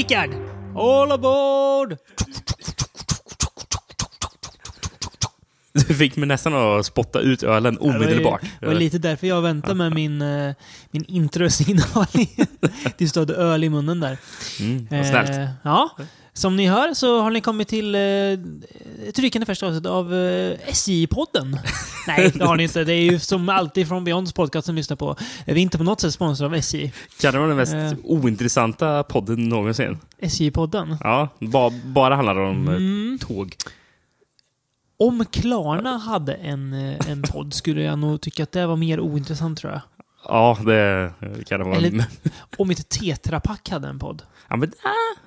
Rickard! All aboard! Du fick mig nästan att spotta ut ölen omedelbart. Det var lite därför jag väntade med min introsignal tills du hade öl i munnen där. Vad snällt. Ja, som ni hör så har ni kommit till ett rykande första avsnitt av SJ-podden. Nej, det har ni inte. Det är ju som alltid från Beyonds podcast som lyssnar på. Vi är inte på något sätt sponsrade av SJ. Kan det vara den mest ointressanta podden någonsin? SJ-podden? Ja, bara handlar om tåg. Om Klarna hade en podd skulle jag nog tycka att det var mer ointressant, tror jag. Ja, det kan det vara. Eller om inte Tetra Pak hade en podd. Ja, men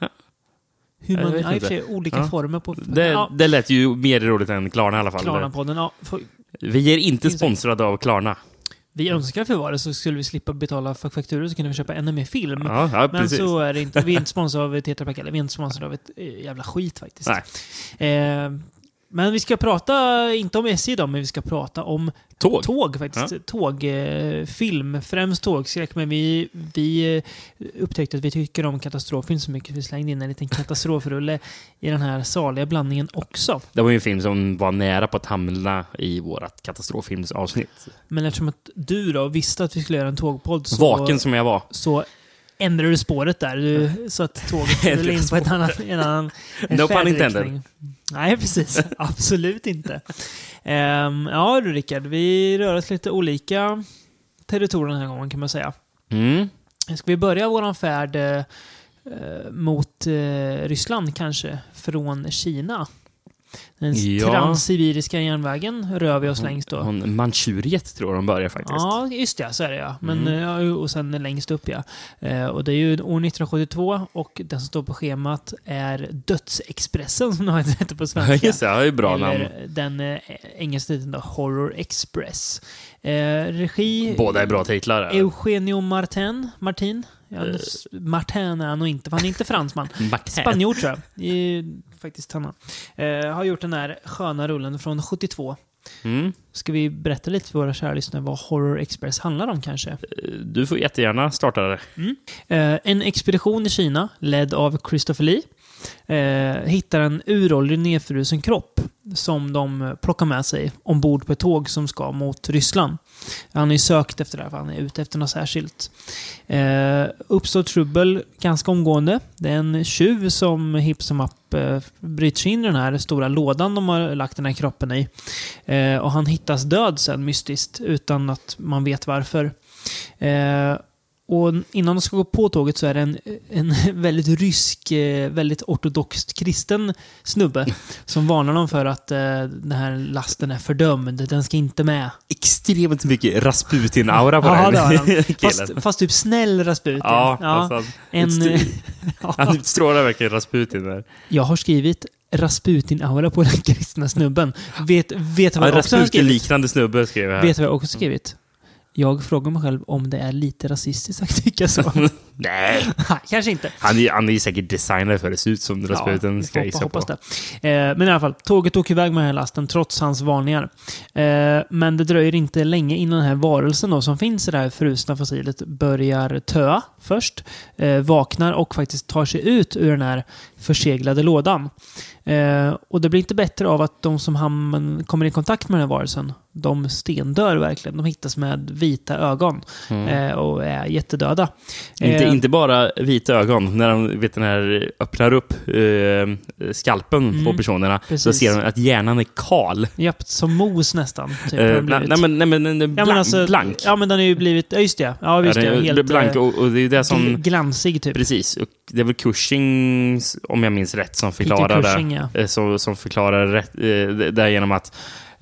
hur man i och för sig olika former på... Det lät ju mer roligt än Klarna i alla fall. Klarna-podden, ja. Vi är inte sponsrade av Klarna. Vi önskar för vad det så skulle vi slippa betala för fakturor så kunde vi köpa ännu mer film. Ja, men precis. Så är det inte. Vi är inte sponsrade av Tetra Pak eller vi är inte sponsrade av ett jävla skit faktiskt. Nej. Men vi ska prata, inte om SJ idag, men vi ska prata om tåg faktiskt. Ja. Tågfilm, främst tågskräck. Men vi upptäckte att vi tycker om katastroffilm så mycket. Vi slängde in en liten katastrofrulle i den här saliga blandningen också. Det var ju en film som var nära på att hamna i vårat katastroffilmsavsnitt. Men eftersom att du då visste att vi skulle göra en tågpodd så... Vaken som jag var. Så ändrade du spåret där. Så att tåget skulle in på en annan no pun intended. Nej, precis. Absolut inte. Ja, du Rickard, vi rör oss lite olika territorier den här gången kan man säga. Ska vi börja våran färd mot Ryssland kanske från Kina? Den transsibiriska järnvägen rör vi oss längst då. Manchuriet tror de börjar faktiskt. Ja, just det, så är det ja. Men, och sen längst upp ja. Och det är ju år 1972 och den som står på schemat är Dödsexpressen som har heter på svenska. Just det, det är bra namn. Den engelska titeln då, Horror Express. Regi... Båda är bra titlar. Eugenio Martin. Ja, Martin är han nog inte, för han är inte fransman. Spanjor tror jag. Faktiskt han har gjort den här sköna rullen från 72. Ska vi berätta lite för våra kära lyssnare vad Horror Express handlar om kanske? Du får jättegärna starta det. En expedition i Kina ledd av Christopher Lee hittar en uråldrig nedfrusen kropp som de plockar med sig ombord på ett tåg som ska mot Ryssland. Han är sökt efter det här, för han är ute efter något särskilt. Uppstår trubbel ganska omgående. Det är en tjuv som hipp som upp bryter in i den här stora lådan de har lagt den här kroppen i. Och han hittas död sen mystiskt utan att man vet varför. Och innan de ska gå på tåget så är det en väldigt rysk, väldigt ortodoxt kristen snubbe som varnar dem för att den här lasten är fördömd. Den ska inte med. Extremt mycket Rasputin-aura på den. Fast typ snäll Rasputin. Ja. Alltså, han utstrålar verkligen Rasputin där. Jag har skrivit Rasputin-aura på den kristna snubben. Vet vad jag också har skrivit? Liknande snubbe skrev jag här. Vet vad jag också har skrivit? Jag frågar mig själv om det är lite rasistiskt att tycka så. Nej. Kanske inte. Han är säkert designad för att det ser ut som Rasputin ska gissa hoppas på. Men i alla fall, tåget åker iväg med den här lasten trots hans varningar. Men det dröjer inte länge innan den här varelsen då, som finns i det här frusna fossilet börjar töa först. Vaknar och faktiskt tar sig ut ur den här förseglade lådan. Och det blir inte bättre av att de som kommer i kontakt med den här varelsen, de stendör verkligen. De hittas med vita ögon och är jättedöda. Inte bara vita ögon. När de den här, öppnar upp skalpen på personerna, så ser de att hjärnan är kal. Japp, som mos nästan. Typ, blank. Ja, men den är ju blivit... Ja, just det. Ja, visst, den är helt blank och det är det som... glansig typ. Precis. Och det är väl Cushing, om jag minns rätt, som förklarar Cushing, det. Som förklarar rätt, det genom att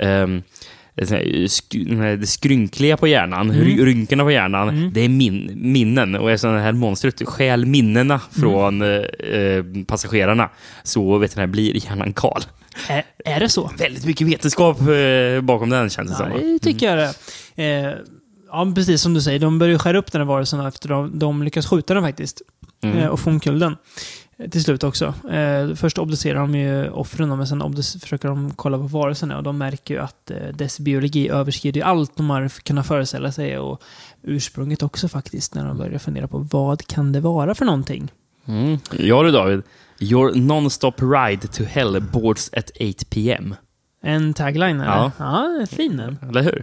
det skrynkliga på hjärnan, rynkorna på hjärnan, det är minnen. Och eftersom det här monstret stjäl minnena från passagerarna, så blir hjärnan kal. Är det så? Väldigt mycket vetenskap bakom den, känns det som. Det tycker jag det. Ja, precis som du säger. De börjar skära upp den här varelsen efter de lyckas skjuta den faktiskt. Och få omkull den. Till slut också. Först obducerar de ju offren, men sen försöker de kolla på varelserna och de märker ju att dess biologi överskrider allt de har kunnat föreställa sig, och ursprunget också faktiskt, när de börjar fundera på vad kan det vara för någonting. Ja du David. Your non-stop ride to hell boards at 8 p.m. En tagline, eller? Ja, fin den. Eller hur?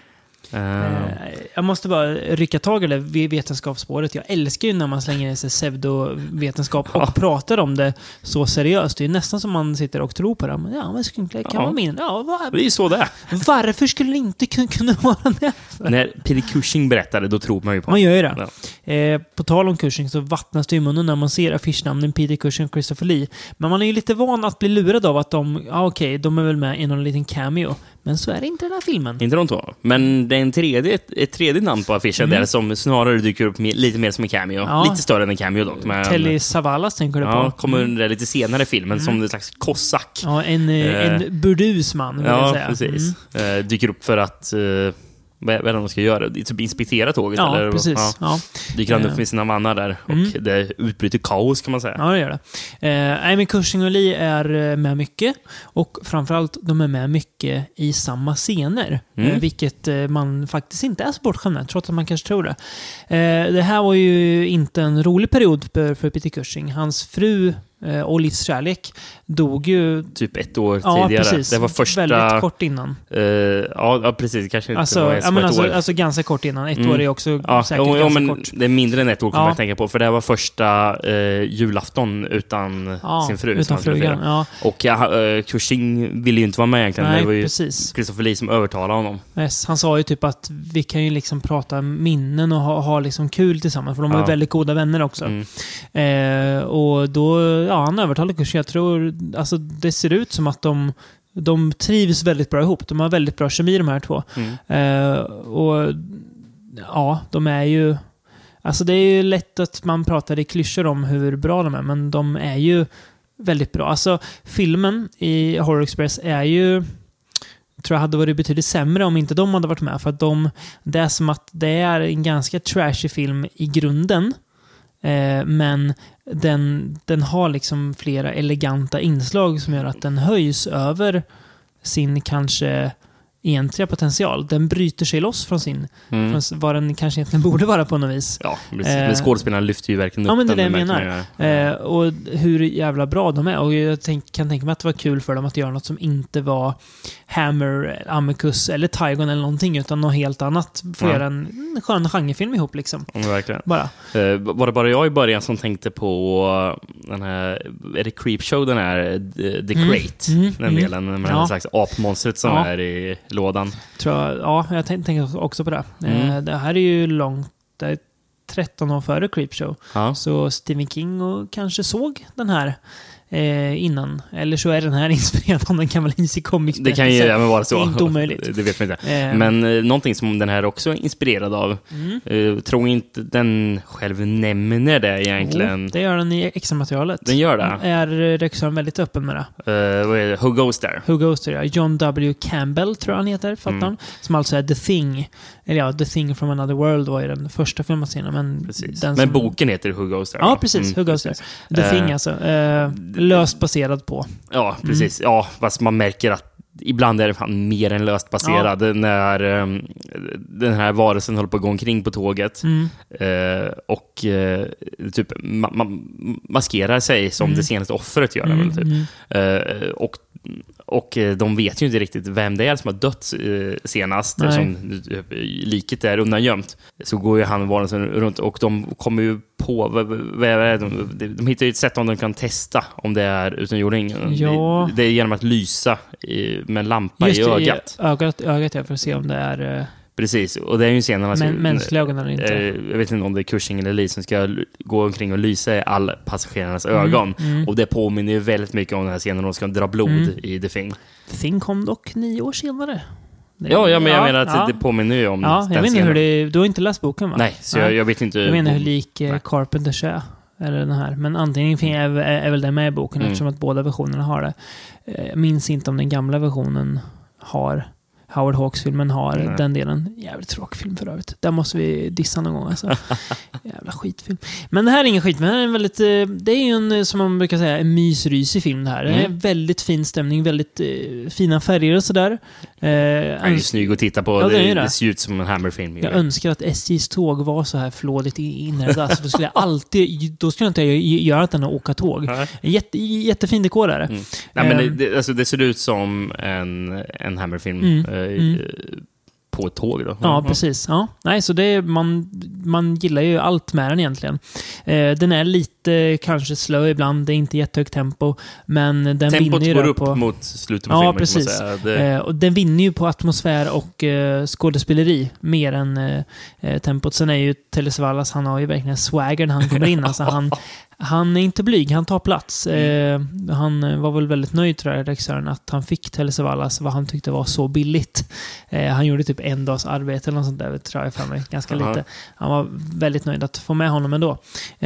Jag måste bara rycka tag i det vetenskapsspåret. Jag älskar ju när man slänger i sig pseudovetenskap och pratar om det så seriöst. Det är nästan som man sitter och tror på det. Men men skrynklar kan vara min. Det är ju så det är. Varför skulle det inte kunna vara det? När Peter Cushing berättade, då tror man ju på. Man gör ju det. Ja. På tal om Cushing så vattnas det i munnen när man ser affischnamnen Peter Cushing och Christopher Lee. Men man är ju lite van att bli lurad av att de är väl med i någon liten cameo. Men så är det inte den här filmen. Inte de två. Men det är ett tredje namn på affischen där som snarare dyker upp lite mer som en cameo. Ja. Lite större än en cameo dock. Telly Savalas tänker du på. Ja, kommer under lite senare i filmen som en slags kossack. Ja, en burdusman vill jag säga. Precis. Dyker upp för att... vad är det de ska göra? Typ inspektera tåget? Ja, eller? Precis. Ja. Dyker han upp med sina mannar där och det utbryter kaos kan man säga. Ja, det gör det. Men Cushing och Lee är med mycket och framförallt de är med mycket i samma scener. Vilket man faktiskt inte är så bortskämd med, trots att man kanske tror det. Det här var ju inte en rolig period för Peter Cushing. Hans fru och livskärlek dog ju... Typ ett år tidigare. Precis. Det var första... Väldigt kort innan. Ja, precis. Kanske inte var ett år. Alltså ganska kort innan. Ett år är också säkert ganska kort. Det är mindre än ett år kan man tänka på. För det var första julafton utan sin fru. Utan frugan, ja. Och Cushing ville ju inte vara med egentligen. Nej, det var ju precis. Christopher Lee som övertalade honom. Yes, han sa ju typ att vi kan ju liksom prata minnen och ha liksom kul tillsammans. För de var ju väldigt goda vänner också. Och då... Ja, han övertalade Cushing. Jag tror... Alltså, det ser ut som att de trivs väldigt bra ihop. De har väldigt bra kemi, de här två. Och... Ja, de är ju... Alltså, det är ju lätt att man pratar i klyschor om hur bra de är. Men de är ju väldigt bra. Alltså, filmen i Horror Express är ju... tror jag hade varit betydligt sämre om inte de hade varit med. För att det är som att det är en ganska trashy film i grunden. Men den har liksom flera eleganta inslag som gör att den höjs över sin kanske egentliga potential. Den bryter sig loss från från vad den kanske egentligen borde vara på något vis. Ja, men skådespelarna lyfter ju verkligen upp men det den. är det jag menar. Och hur jävla bra de är. Och jag kan tänka mig att det var kul för dem att göra något som inte var Hammer, Amicus eller Tygon eller någonting, utan något helt annat. Få göra en skön genrefilm ihop liksom. Verkligen. Bara. Var det bara jag i början som tänkte på den här, är det Creepshow, den här The Crate, den delen med en slags apmonstret som är i lådan. Jag tänker också på det. Det här är ju långt, det är 13 år före Creepshow. Så Stephen King och kanske såg den här innan. Eller så är den här inspirerad av den gamla DC Comics. Det kan ju vara så. Det är inte omöjligt. Det vet man inte. Men någonting som den här också är inspirerad av, tror inte den själv nämner det egentligen. Det gör den i extra-materialet. Den gör det. Är regissören väldigt öppen med det. Vad är det? Who Goes There? Who Goes There, ja. John W. Campbell tror han heter, fattar som alltså är The Thing. Eller The Thing from Another World var ju den första filmen. Men boken heter Who Goes There. Ja, precis. Who Goes There. The Thing alltså. Löst baserad på. Ja, precis. Ja, fast man märker att ibland är det fan mer än löst baserad när den här varelsen håller på att gå omkring på tåget och typ maskerar sig som det senaste offret gör. Väl, typ. Och de vet ju inte riktigt vem det är som har dött senast, som liket är undangömt. Så går ju han varelsen runt och de kommer ju på de hittar ju ett sätt om de kan testa om det är utomjording. Ja. Det är genom att lysa med en lampa i ögat. Ögat för att se om det är... Precis, och det är ju en scen mänskliga ögon eller inte. Jag vet inte om det är Cushing eller Lee som ska gå omkring och lysa i all passagerarnas ögon. Och det påminner ju väldigt mycket om den här scenen när de ska dra blod i The Thing. The Thing kom dock 9 år senare. Men jag menar att det påminner ju om den jag vet inte hur du har inte läst boken, va? Nej, så jag vet inte. Jag vet inte hur lik Carpenters är. Eller den här. Men antingen är väl det med i boken eftersom att båda versionerna har det. Jag minns inte om den gamla versionen har Howard Hawks-filmen har den delen. Jävligt tråkig film för övrigt. Där måste vi dissa någon gång. Alltså. Jävla skitfilm. Men det här är ingen skit. Men det är en väldigt, det är ju en, som man brukar säga, en mysrysig film det här. Det är väldigt fin stämning, väldigt fina färger och sådär. Det är ju snygg att titta på. Ja, det ser ut som en Hammer-film. Jag önskar att SJs tåg var så här flådigt inredda. Alltså, då skulle jag inte göra att den åka tåg. Jättefin dekor där. Nej, men det ser ut som en Hammer-film på ett tåg då. Ja, precis. Ja. Nej, så det man gillar ju allt med den egentligen. Den är lite kanske slö ibland, det är inte jättehögt tempo, men den Tempot vinner ju går upp på mot slutet av filmen. Precis. Det... Och den vinner ju på atmosfär och skådespeleri mer än tempot. Sen är ju Telly Savalas, han har ju verkligen swagger när han kommer in. Alltså han är inte blyg, han tar plats. Han var väl väldigt nöjd, tror jag, regissören, att han fick Telly Savalas vad han tyckte var så billigt. Han gjorde typ en dags arbete eller något sånt där, tror jag för mig. Ganska lite. Han var väldigt nöjd att få med honom ändå.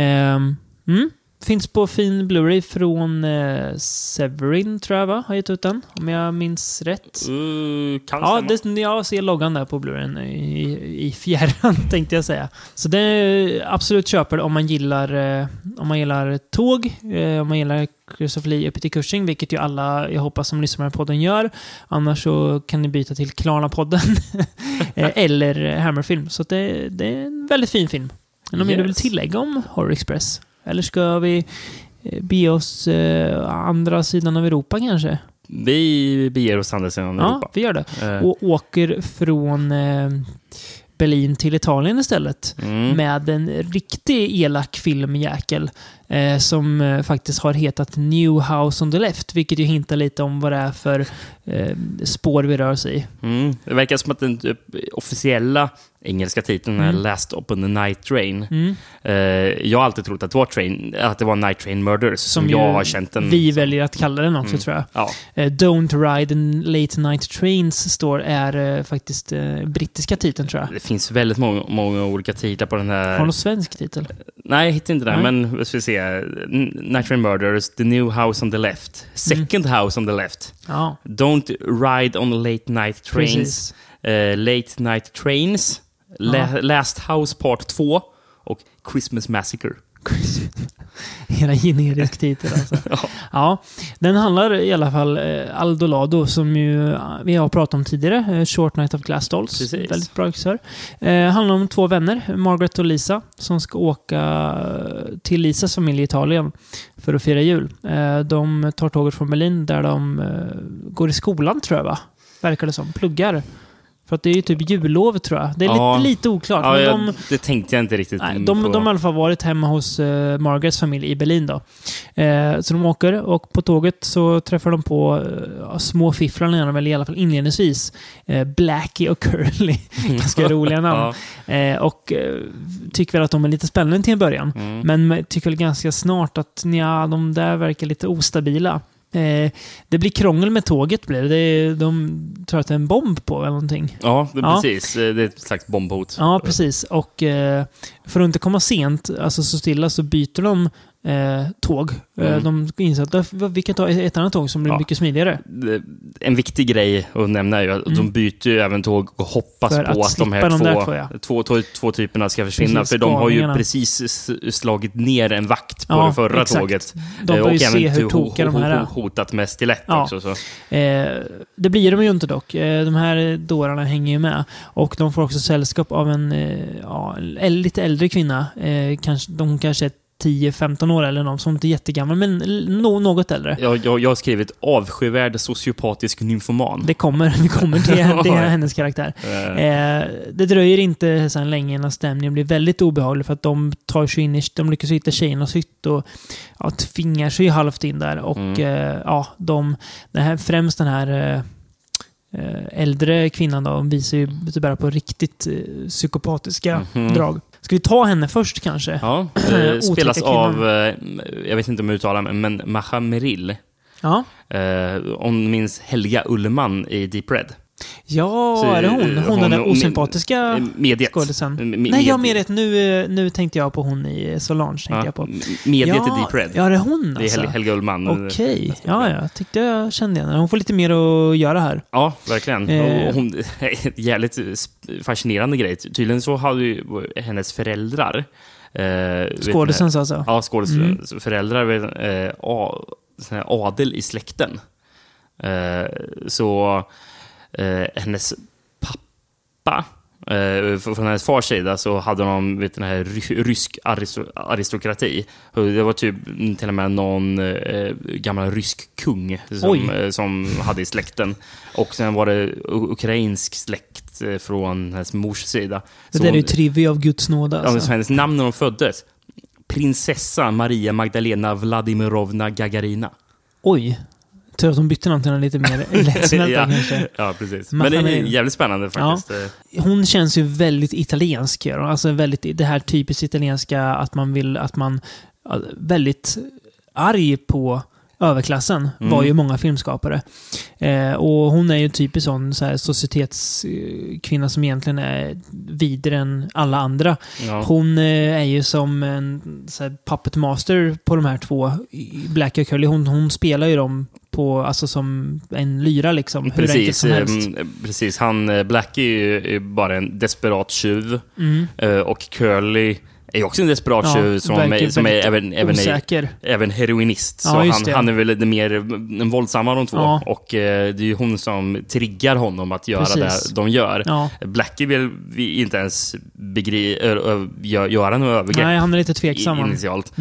Finns på fin Blu-ray från Severin, tror jag, va? Har gett ut den, om jag minns rätt. Jag ser loggan där på Blu-rayen i fjärran, tänkte jag säga. Så det absolut köper om man gillar tåg, om man gillar Christopher Lee uppe till Cushing, vilket ju alla, jag hoppas, som lyssnar på podden gör. Annars så kan ni byta till Klarna-podden eller Hammerfilm. Så det är en väldigt fin film. Men om du vill tillägga om Horror Express? Eller ska vi be oss andra sidan av Europa kanske? Vi beger oss andra sidan av Europa. Ja, vi gör det. Och åker från Berlin till Italien istället. Med en riktig elak filmjäkel som faktiskt har hetat New House on the Left, vilket ju hintar lite om vad det är för spår vi rör sig i. Det verkar som att den officiella engelska titeln är Last Up on the Night Train. Jag har alltid trott att det var Night Train Murders som jag har känt den. Vi väljer att kalla den också, tror jag. Ja. Don't Ride in Late Night Trains är faktiskt brittiska titeln, tror jag. Det finns väldigt många olika titlar på den här. Har du någon svensk titel? Nej, jag hittar inte det. Men vi ska se. Night Train Murders, The New House on the Left, Second House on the Left, Don't Ride on Late Night Trains, Late Night Trains, Last House Part 2 och Christmas Massacre. Hela generisk titel alltså. Ja, den handlar i alla fall Aldolado, som ju vi har pratat om tidigare, Short Night of Glass Dolls. Precis. Väldigt bra regissör. Handlar om två vänner, Margaret och Lisa, som ska åka till Lisas familj i Italien för att fira jul. De tar tåget från Berlin där de går i skolan, tror jag, va? Verkar det som. Pluggar. För att det är ju typ jullov, tror jag. Det är lite oklart. Ja, men det tänkte jag inte riktigt på. De har i alla fall varit hemma hos Margarets familj i Berlin då. Så de åker, och på tåget så träffar de på små fifflarna, väl i alla fall inledningsvis. Blackie och Curly. Ganska roliga namn. Och tycker väl att de är lite spännande till en början. Men tycker väl ganska snart att de där verkar lite ostabila. Det blir krångel med tåget, blir det. De tror att det är en bomb på eller någonting. Ja, precis. Det är ett slags bombhot. Ja, precis. Och för att inte komma sent, alltså så stilla, så byter de tåg. De inser att vi kan ta ett annat tåg som blir mycket smidigare. En viktig grej att nämna är ju att de byter ju även tåg och hoppas på att de här två typerna ska försvinna. Precis, för de har ju precis slagit ner en vakt på det förra tåget. De bör ju se hur tokiga de här är. Hotat med stilett också. Så. Det blir de ju inte dock. De här dårarna hänger ju med. Och de får också sällskap av en lite äldre kvinna. De kanske är 10-15 år eller någon, som inte är jättegammal, men något äldre. Jag har skrivit avskyvärd sociopatisk nymfoman. Vi kommer till det är hennes karaktär. Det dröjer inte så länge innan stämningen blir väldigt obehaglig, för att de tar sig in de lyckas hitta tjejernas hytt och tvingar sig halvt in där, och främst den här äldre kvinnan då, visar ju bara på riktigt psykopatiska drag. Ska vi ta henne först kanske? Ja, spelas av, jag vet inte om jag uttalar, men Maja Merrill. Ja. Hon minns Helga Ullman i Deep Red. Ja, Så, är det hon? Hon den där osympatiska Mediet. skådisen. Nej, jag med nu tänkte jag på hon i Solange. Tänkte jag på. Mediet är Deep Red. Ja, det är hon alltså. Det är Helga Ullman. Okej. Ja, jag tyckte jag kände henne. Hon får lite mer att göra här. Ja, verkligen. Och hon, jävligt fascinerande grej. Tydligen så hade ju hennes föräldrar... Skådisens alltså? Ja, skådisens föräldrar adel i släkten. Så hennes pappa, från hennes fars sida, så hade de den här rysk aristokrati. Det var typ till och med någon gammal rysk kung som hade i släkten. Och sen var det ukrainsk släkt från hennes mors sida. Det där är ju trivia av Guds nåd. Alltså. Ja, så hennes namn när de föddes: prinsessa Maria Magdalena Vladimirovna Gagarina. Oj. Tur att hon bytte namn till något lite mer lättsmälta kanske. Ja, precis. Men det är jävligt spännande faktiskt. Ja. Hon känns ju väldigt italiensk. Alltså väldigt, det här typiskt italienska att man väldigt arg på överklassen var ju många filmskapare. Och hon är ju typiskt sån så här societetskvinna som egentligen är vidare än alla andra. Ja. Hon är ju som en så här puppet master på de här två, Blackie och Curly. Hon spelar ju dem på, alltså som en lyra liksom. Hur enkelt som helst. Precis. Blackie är ju bara en desperat tjuv. Och Curly är ju också en desperat tjuv som är även heroinist. Så han är väl lite mer en våldsam av de två. Ja. Och det är ju hon som triggar honom att göra det de gör. Ja. Blackie vill vi inte ens göra något övergrepp. Nej, han är lite tveksam. Initialt.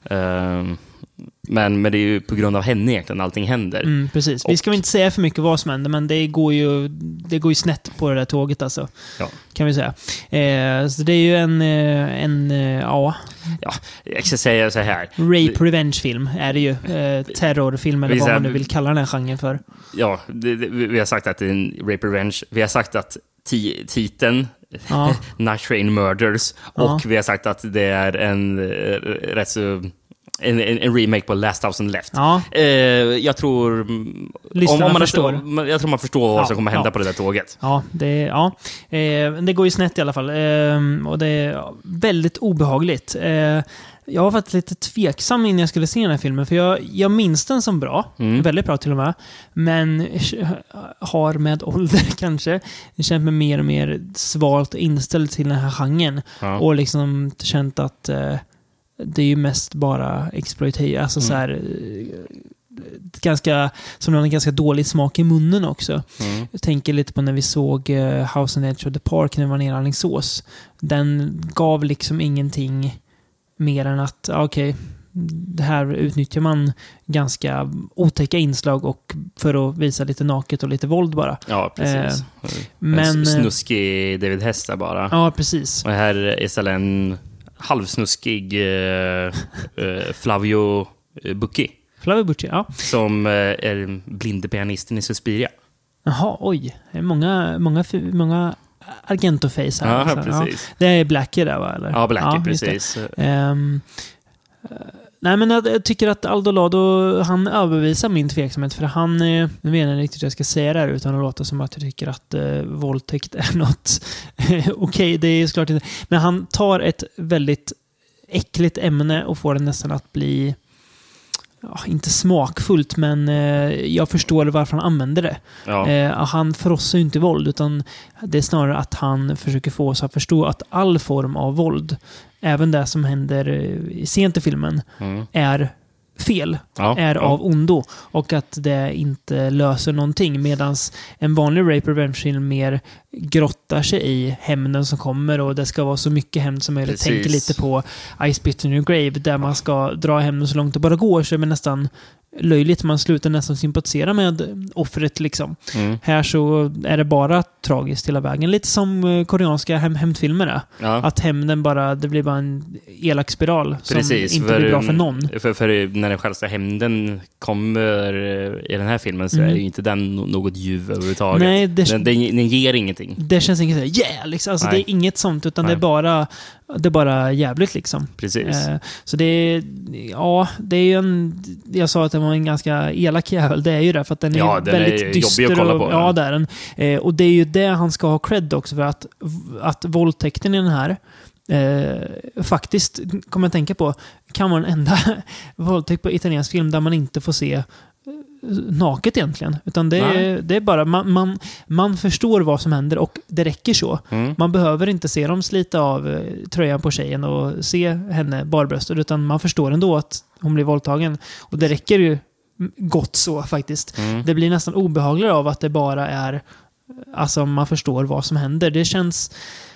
Men det är ju på grund av henne egentligen allting händer. Precis. Vi ska väl inte säga för mycket vad som händer, men det går ju snett på det där tåget alltså. Ja. Kan vi säga. Så det är ju Ja, jag ska säga så här. Rape revenge-film är det ju. Terrorfilm eller vad man nu vill kalla den här genren för. Ja, vi har sagt att det är en rape revenge. Vi har sagt att titeln Night Train Murders och vi har sagt att det är en rätt så... En remake på Last House on the Left. Ja. Jag tror man förstår vad som kommer hända på det där tåget. Ja, det går ju snett i alla fall. Och det är väldigt obehagligt. Jag var faktiskt lite tveksam innan jag skulle se den här filmen, för jag minns den som bra. Väldigt bra till och med. Men har med ålder kanske känt mig mer och mer svalt inställd till den här genren. Ja. Och liksom känt att det är ju mest bara exploitation, alltså så här ganska, som någon ganska dålig smak i munnen också. Jag tänker lite på när vi såg House on the Edge of the Park när vi var nere i Alingsås. Den gav liksom ingenting mer än att okej, det här utnyttjar man ganska otäcka inslag och för att visa lite naket och lite våld bara. Ja, precis. Men snuskig David Hester bara. Ja, precis. Och här är istället en halvsnuskig Flavio Bucci. Flavio Bucci, ja. Som är blinde pianisten i Suspiria. Jaha, oj. Det är många Argento-face här. Ja, precis. Ja. Det är Blackie där, va? Eller? Ja, Blackie, precis. Nej, men jag tycker att Aldo Lado, han övervisar min tveksamhet, för han, nu vet jag inte riktigt hur jag ska säga det här utan att låta som att jag tycker att våldtäkt är något okej, det är såklart inte, men han tar ett väldigt äckligt ämne och får det nästan att bli inte smakfullt, men jag förstår varför han använder det. Ja. Han förrossar ju inte våld, utan det är snarare att han försöker få oss att förstå att all form av våld, även det som händer sent i filmen, är fel, av ondo, och att det inte löser någonting, medan en vanlig rape revenge-film mer grottar sig i hämnden som kommer, och det ska vara så mycket hämnd som möjligt. Tänker lite på I Spit in Your Grave, där man ska dra hämnden så långt det bara går, så är det nästan löjligt, man slutar nästan sympatisera med offret liksom. Här så är det bara tragiskt hela vägen, lite som koreanska hämndfilmer är. Ja. Att hämnden bara, det blir bara en elak spiral som inte blir bra för någon. För när den själva hämnden kommer i den här filmen så är ju inte den något ljuv överhuvudtaget. Nej, den ger ingenting. Det känns inget liksom. Alltså, det är inget sånt, utan det är bara det är bara jävligt liksom. Precis. Så det är ju jag sa att det var en ganska elak jävel, det är ju det, för att den är väldigt dyster. Jobbig att kolla på. Ja, det är den. Och det är ju det han ska ha cred också, för att våldtäkten i den här faktiskt, kommer jag tänka på, kan vara den enda våldtäkt på italiensk film där man inte får se naket egentligen. Utan det är bara man förstår vad som händer och det räcker så. Man behöver inte se dem slita av tröjan på tjejen och se henne barbröstet, utan man förstår ändå att hon blir våldtagen. Och det räcker ju gott så faktiskt. Det blir nästan obehagligare av att det bara är, alltså man förstår vad som händer. Det känns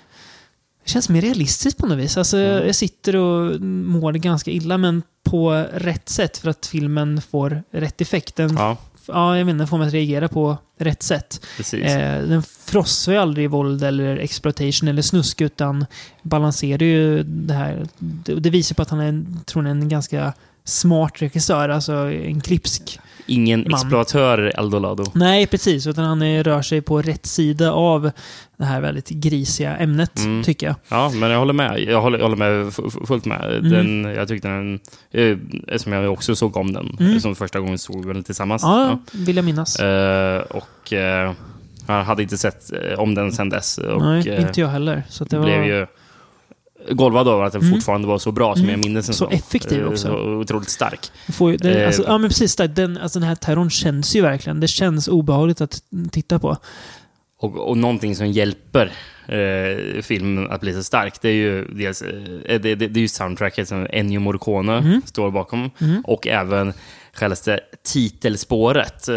mer realistiskt på något vis. Alltså, jag sitter och mår ganska illa, men på rätt sätt, för att filmen får rätt effekt. Den jag vet inte, får man att reagera på rätt sätt. Den frossar ju aldrig i våld eller exploitation eller snusk, utan balanserar ju det här. Det visar på att han är en ganska smart regissör, alltså en klipsk ingen man. Exploatör Eldolado. Nej, precis, utan han rör sig på rätt sida av det här väldigt grisiga ämnet, tycker jag. Ja, men jag håller med. Jag håller med fullt med. Jag tyckte den, som jag också såg om den, som första gången såg vi den tillsammans. Ja, vill jag minnas. Och jag hade inte sett om den sedan dess. Och, nej, inte jag heller. Så att det blev ju golvad av att den fortfarande var så bra som jag minns den. Så effektiv också. Så otroligt stark. Men precis, den här terrorn känns ju verkligen. Det känns obehagligt att titta på. Och någonting som hjälper filmen att bli så stark, det är ju dels det är ju soundtracket som Ennio Morricone står bakom, och även självaste titelspåret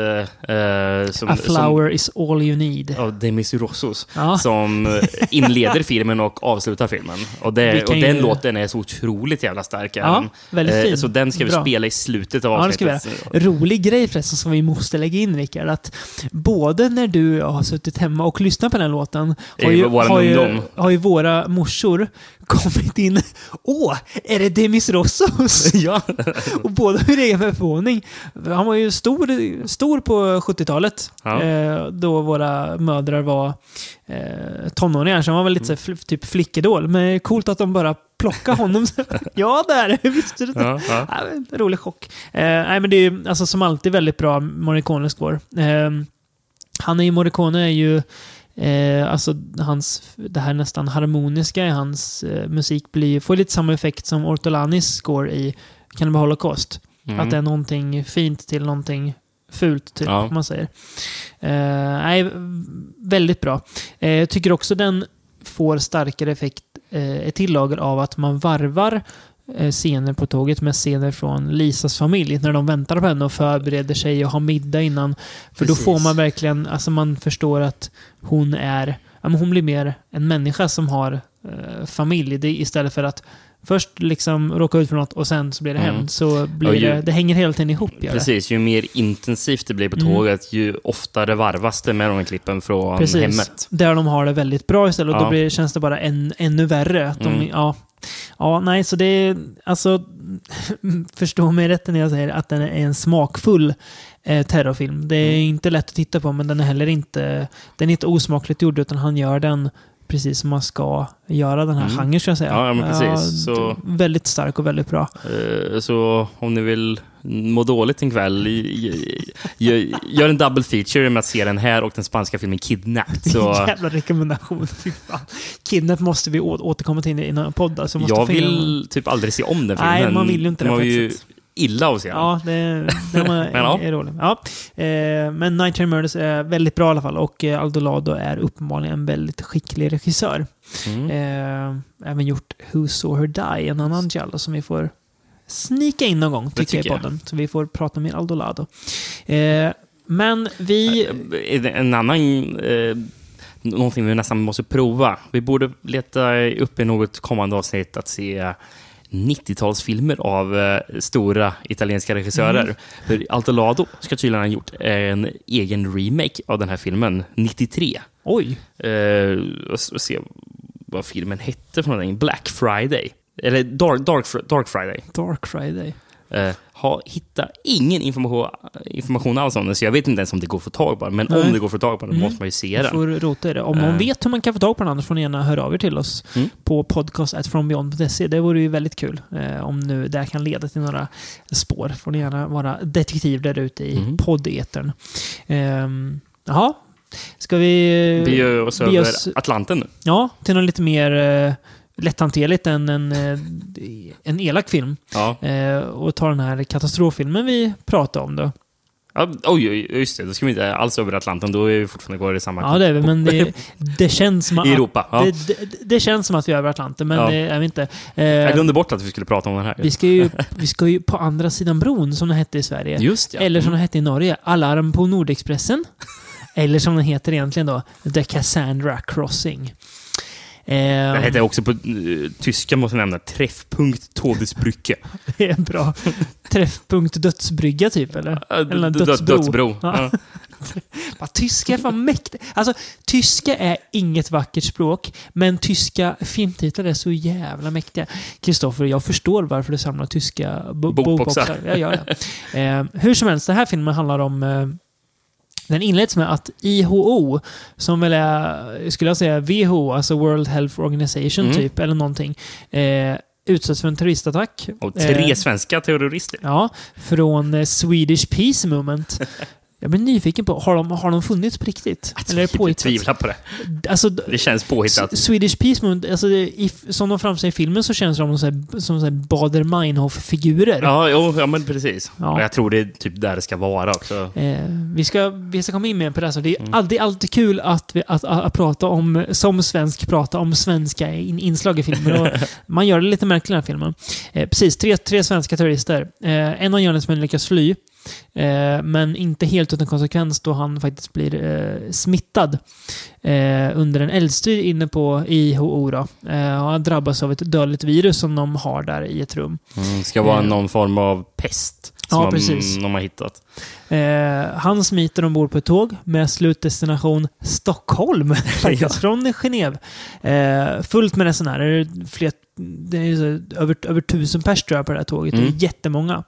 A flower is all you need av Demis Roussos, som inleder filmen och avslutar filmen. Och den låten är så otroligt jävla stark. Väldigt fin. Så den ska vi spela i slutet av avsnittet. Rolig grej förresten som vi måste lägga in, Rickard, att både när du och jag har suttit hemma och lyssnat på den låten har ju våra morsor kommit in. Är det Demis Roussos? Ja. Och båda har egen förvåning. Han var ju stor på 70-talet. Då våra mödrar var tonåringar. Så han var väl lite så, typ flickedål. Men coolt att de bara plockade honom. Ja, där. Visste du det? Rolig chock. Nej, men det är ju alltså, som alltid väldigt bra Morricone-score. Morricone är ju alltså det här nästan harmoniska i hans musik får lite samma effekt som Ortolanis score i Cannibal Holocaust. Att det är någonting fint till någonting fult, typ, om man säger. Väldigt bra. Jag tycker också den får starkare effekt, ett tillager av att man varvar scener på tåget med scener från Lisas familj när de väntar på henne och förbereder sig och har middag innan. För då får man verkligen, alltså man förstår att hon blir mer en människa som har familj. Det istället för att först liksom råka ut för något och sen så blir det hämnd, så blir det hänger hela tiden ihop. Precis, ju mer intensivt det blir på tåget, ju oftare varvas det med de här klippen från hemmet. Där de har det väldigt bra istället, och då känns det bara ännu värre. Att nej, så det är alltså förstå mig rätt när jag säger att den är en smakfull terrorfilm. Det är inte lätt att titta på, men den är heller inte osmakligt gjord, utan han gör den precis som man ska göra den här genren, ska jag säga. Ja, men precis. Så, väldigt stark och väldigt bra. Så om ni vill må dåligt en kväll, gör en double feature med att se den här och den spanska filmen Kidnapped. Så jävla rekommendation. Fy fan. Kidnapped måste vi återkomma till i en podd. Så måste jag vill typ aldrig se om den filmen. Nej, man vill ju inte det på ett sätt. Illa att se. Ja, det är roligt. Men Night Train Murders är väldigt bra i alla fall, och Eldolado är uppenbarligen en väldigt skicklig regissör. Även gjort Who Saw Her Die, en annan Giallo som vi får snika in någon gång, tycker jag, i podden. Så vi får prata med Eldolado. Men vi... En annan... någonting vi nästan måste prova. Vi borde leta upp i något kommande avsnitt att se 90-talsfilmer av stora italienska regissörer. För Eldolado ska tydligen ha gjort en egen remake av den här filmen 93. Oj! Och se vad filmen hette för någonting. Black Friday. Eller Dark Friday. Dark Friday. Hittar ingen information alls om den, så jag vet inte ens om det går att få tag på den. Men om det går att få tag på den måste man ju se den. Får rota i det. Om någon vet hur man kan få tag på den, annars får ni gärna höra av er till oss på podcast@frombeyond.se. Det vore ju väldigt kul. Om nu det kan leda till några spår, får ni gärna vara detektiv där ute i poddetern. Jaha. Ska vi bege oss över Atlanten nu? Ja, till något lite mer lätthanterligt än en elak film. Ja. Och ta den här katastroffilmen vi pratade om då. Ja, just det. Då ska vi inte alls över Atlanten. Då är vi fortfarande går i samma... Ja, det är vi, men det känns som att... I Europa, ja. Det känns som att vi är över Atlanten, men det är vi inte. Jag glömde bort att vi skulle prata om den här. Vi ska ju på andra sidan bron, som det hette i Sverige. Just, ja. Eller som det hette i Norge. Alarm på Nordexpressen. Eller som den heter egentligen då, The Cassandra Crossing. Det heter också på tyska, måste jag nämna, Träffpunkt Todesbrücke. Det är bra. Träffpunkt Dödsbrygga typ, eller? Eller Dödsbro. Ja. Tyska är fan mäktigt. Alltså, tyska är inget vackert språk, men tyska filmtitlar är så jävla mäktiga. Kristoffer, jag förstår varför du samlar tyska bokboxar. Jag gör det. Hur som helst, den här filmen handlar om... Den inleds med att IHO, som väl är, skulle jag säga, WHO, alltså World Health Organization typ, eller någonting, utsätts för en terroristattack. Och 3 svenska terrorister. Ja, från Swedish Peace Movement. Jag blir nyfiken på, har de funnits på riktigt? Eller är det påhittat? Jag tvivlar på det. Alltså, det känns påhittat. Swedish Peace Movement, alltså, som de framstår i filmen så känns de som Bader-Meinhof-figurer. Ja, men precis. Ja. Och jag tror det är typ där det ska vara också. Vi ska komma in med på det. Så det är alltid kul att prata om, som svensk, prata om svenska inslag i filmen. Och man gör det lite märkligt i den här filmen. Precis, tre svenska terrorister. En av gärningsmännen lyckas fly. Men inte helt utan konsekvens, då han faktiskt blir smittad under en eldstyr inne på IHO då. Han drabbas av ett dödligt virus som de har där i ett rum. Ska vara någon form av pest som de har hittat. Han smiter ombord på ett tåg med slutdestination Stockholm faktiskt, från Genève. Fullt med resenärer. Det är över 1000 pers tror jag på det här tåget. Det är jättemånga.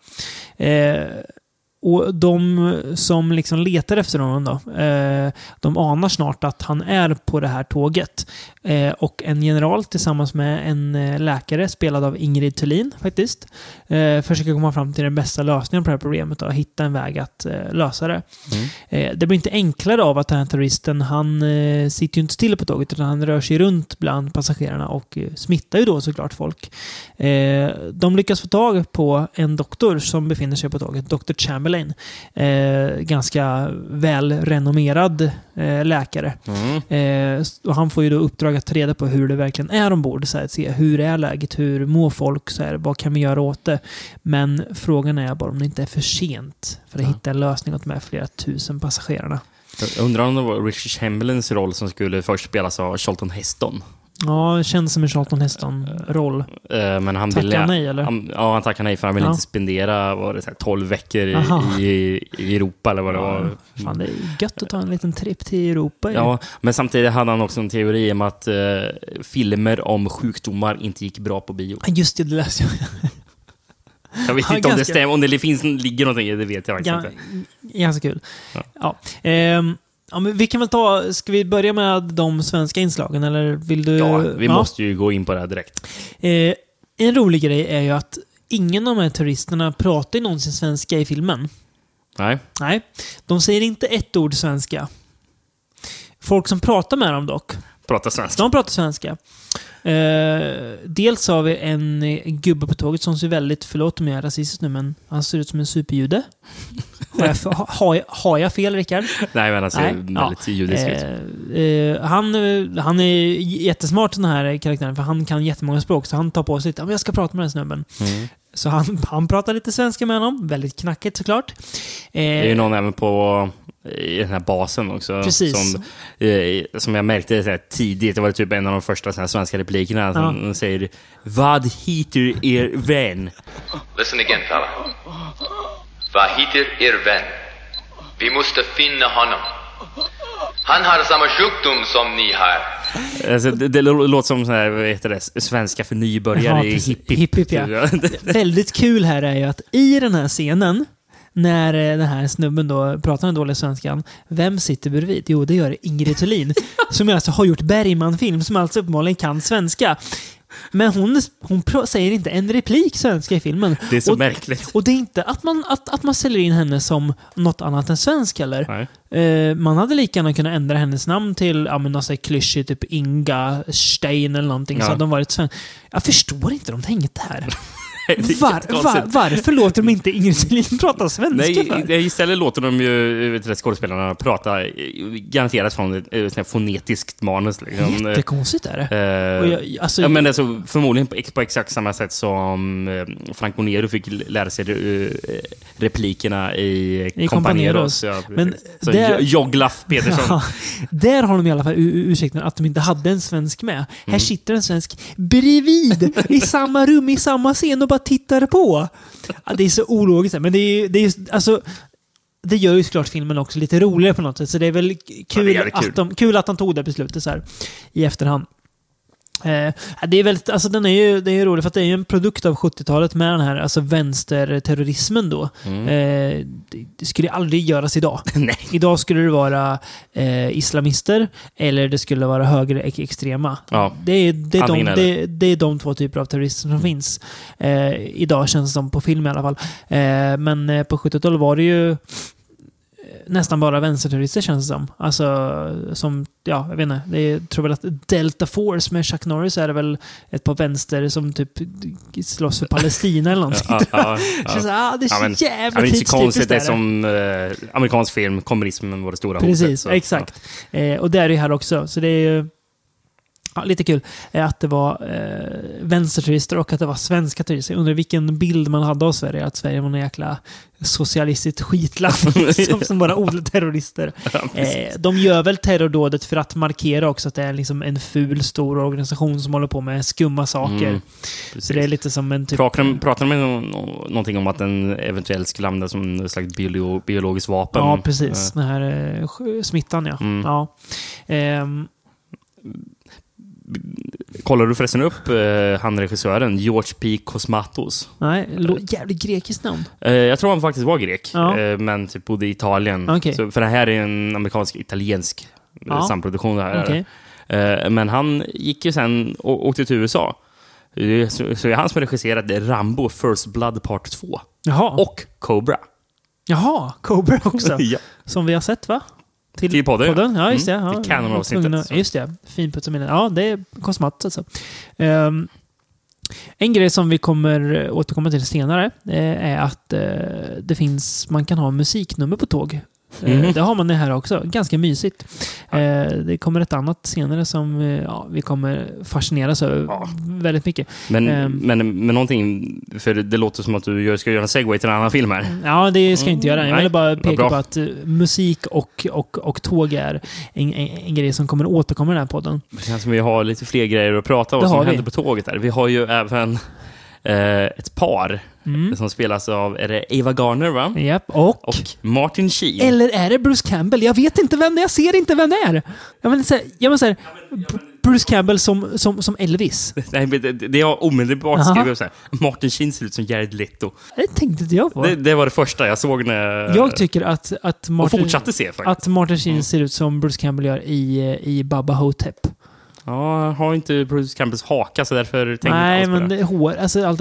Och de som liksom letar efter honom då, de anar snart att han är på det här tåget. Och en general tillsammans med en läkare, spelad av Ingrid Thulin faktiskt, försöker komma fram till den bästa lösningen på det här problemet och hitta en väg att lösa det. Det blir inte enklare av att den här terroristen, han sitter ju inte still på tåget, utan han rör sig runt bland passagerarna och smittar ju då såklart folk. De lyckas få tag på en doktor som befinner sig på tåget, Dr. Chamberlain. Ganska välrenommerad läkare. Och han får ju då uppdrag att ta reda på hur det verkligen är ombord. Så här, att se hur är läget, hur mår folk, så här, vad kan vi göra åt det? Men frågan är bara om det inte är för sent för att hitta en lösning åt de här flera tusen passagerarna. Jag undrar om det var Richard Chamberlains roll som skulle först spelas av Charlton Heston. Ja, det känns som en Charlton Heston-roll. Men han tackar nej, eller? Han tackar nej, för han vill inte spendera 12 veckor i Europa, eller vad det var. Fan, det är gött att ta en liten tripp till Europa. Ja, men samtidigt hade han också en teori om att filmer om sjukdomar inte gick bra på bio. Just det läste jag. Jag vet inte om det stämmer, om det ligger någonting i det, vet jag faktiskt inte. Ganska kul. Ja. Ja, men vi kan väl ska vi börja med de svenska inslagen, eller vill du... Ja, vi måste ju gå in på det här direkt. En rolig grej är ju att ingen av de här turisterna pratar någonsin svenska i filmen. Nej. De säger inte ett ord svenska. Folk som pratar med dem dock. Pratar svenska. De pratar svenska. Dels har vi en gubbe på tåget som ser väldigt, förlåt om jag är rasistisk nu, men han ser ut som en superjude. Har jag fel, Rickard? Nej, men han ser väldigt judisk ut. Han är jättesmart, den här karaktären, för han kan jättemånga språk, så han tar på sig jag ska prata med den snubben. Så han pratar lite svenska med honom. Väldigt knackigt såklart. Det är ju någon även på i den här basen också. Precis. Som jag märkte så här tidigt. Det var typ en av de första så här svenska replikerna. Som säger: vad heter er vän? Listen again, fella. Vad heter er vän? Vi måste finna honom. Han har samma sjukdom som ni har. Alltså, det låter som så här, vad heter det, svenska för nybörjare i hipp. Ja. Väldigt kul här är ju att i den här scenen, när den här snubben då pratar en dålig svenskan, vem sitter bredvid? Jo, det gör Ingrid Thulin, som alltså har gjort Bergman-film, som alltså uppenbarligen kan svenska. Men hon säger inte en replik svenska i filmen. Det är så märkligt. Och det är inte att man säljer in henne som något annat än svensk eller. Man hade lika gärna kunnat ändra hennes namn till något så klyschigt, typ Inga Stein eller någonting, så att de varit svensk. Jag förstår inte de tänkte här. Varför låter de inte Ingrid Thulin prata svenska? Nej, istället låter de ju skådespelarna prata garanterat från ett fonetiskt manus. Liksom. Jättekonstigt är det. Men alltså, förmodligen på exakt samma sätt som Franco Nero fick lära sig replikerna i Companeros. Ja, men Joglaf Petersson. Ja, där har de i alla fall ursäkten att de inte hade en svensk med. Här sitter en svensk bredvid i samma rum, i samma scen och bara tittar på. Ja, det är så ologiskt. Men det är alltså, det gör ju såklart filmen också lite roligare på något sätt. Så det är väl kul att de tog det beslutet så här i efterhand. Det är väldigt, alltså det är ju roligt för att det är ju en produkt av 70-talet med den här alltså vänsterterrorismen då. Det skulle aldrig göras idag. Nej. Idag skulle det vara islamister eller det skulle vara högerextrema. Ja. Det är de två typer av terrorister som finns. Idag känns det som på film i alla fall. Men på 70-talet var det ju nästan bara vänsterterrorister känns det som. Alltså, som, ja, jag vet inte. Jag tror väl att Delta Force med Chuck Norris är det väl ett par vänster som typ slåss för Palestina eller någonting. Det är så jävla det är inte så konstigt, det är som amerikansk film, kommunismen var det stora hotet. Precis, exakt. Och det är det här också. Så det är ju lite kul att det var vänsterturister och att det var svenska turister. Jag undrar vilken bild man hade av Sverige. Att Sverige var en jäkla socialistiskt skitland som bara odlar terrorister. De gör väl terrordådet för att markera också att det är liksom en ful stor organisation som håller på med skumma saker. Så det är lite som en typ... Pratar de med någonting om att den eventuellt skulle användas som en slags biologiskt vapen? Ja, precis. Den här smittan, ja. Ja. Kollar du förresten upp han regissören George P. Cosmatos? Nej, jävligt grekiskt namn. Jag tror han faktiskt var grek, men typ bodde i Italien. Okay. Så, för det här är en amerikansk-italiensk samproduktion. Okay. Men han gick ju sen och åkte till USA. Så är han som regisserade Rambo First Blood Part 2. Jaha. Och Cobra. Jaha, Cobra också. Ja. Som vi har sett, va? Till podden. Ja, just det. Ja. Till Canon-avsnittet. Just det. Finputsarminnen. Ja, det är kosmat alltså. En grej som vi kommer återkomma till senare är att man kan ha musiknummer på tåg. Det har man det här också. Ganska mysigt. Det kommer ett annat senare som vi kommer fascineras över väldigt mycket. Men någonting, för det låter som att du ska göra en segway till en annan film här. Ja, det ska jag inte göra. Jag vill bara peka på att musik och tåg är en grej som kommer återkomma i den här podden. Det känns som vi har lite fler grejer att prata om som händer på tåget där. Vi har ju även ett par som spelas av, är det Ava Gardner, va? Japp, och Martin Sheen. Eller är det Bruce Campbell? Jag vet inte vem det är. Jag ser inte vem det är. Jag vill säga Bruce Campbell som Elvis. Nej, men det har omedelbart skrivit så här. Martin Sheen ser ut som Jared Leto. Det tänkte inte jag på. Det var det första jag såg när... Jag tycker att Martin... Och fortsatte se faktiskt. Att Martin Sheen ser ut som Bruce Campbell gör i Baba Hotep. Ja, har inte Bruce Campbells haka, så därför tänkte jag nej, men det är hår.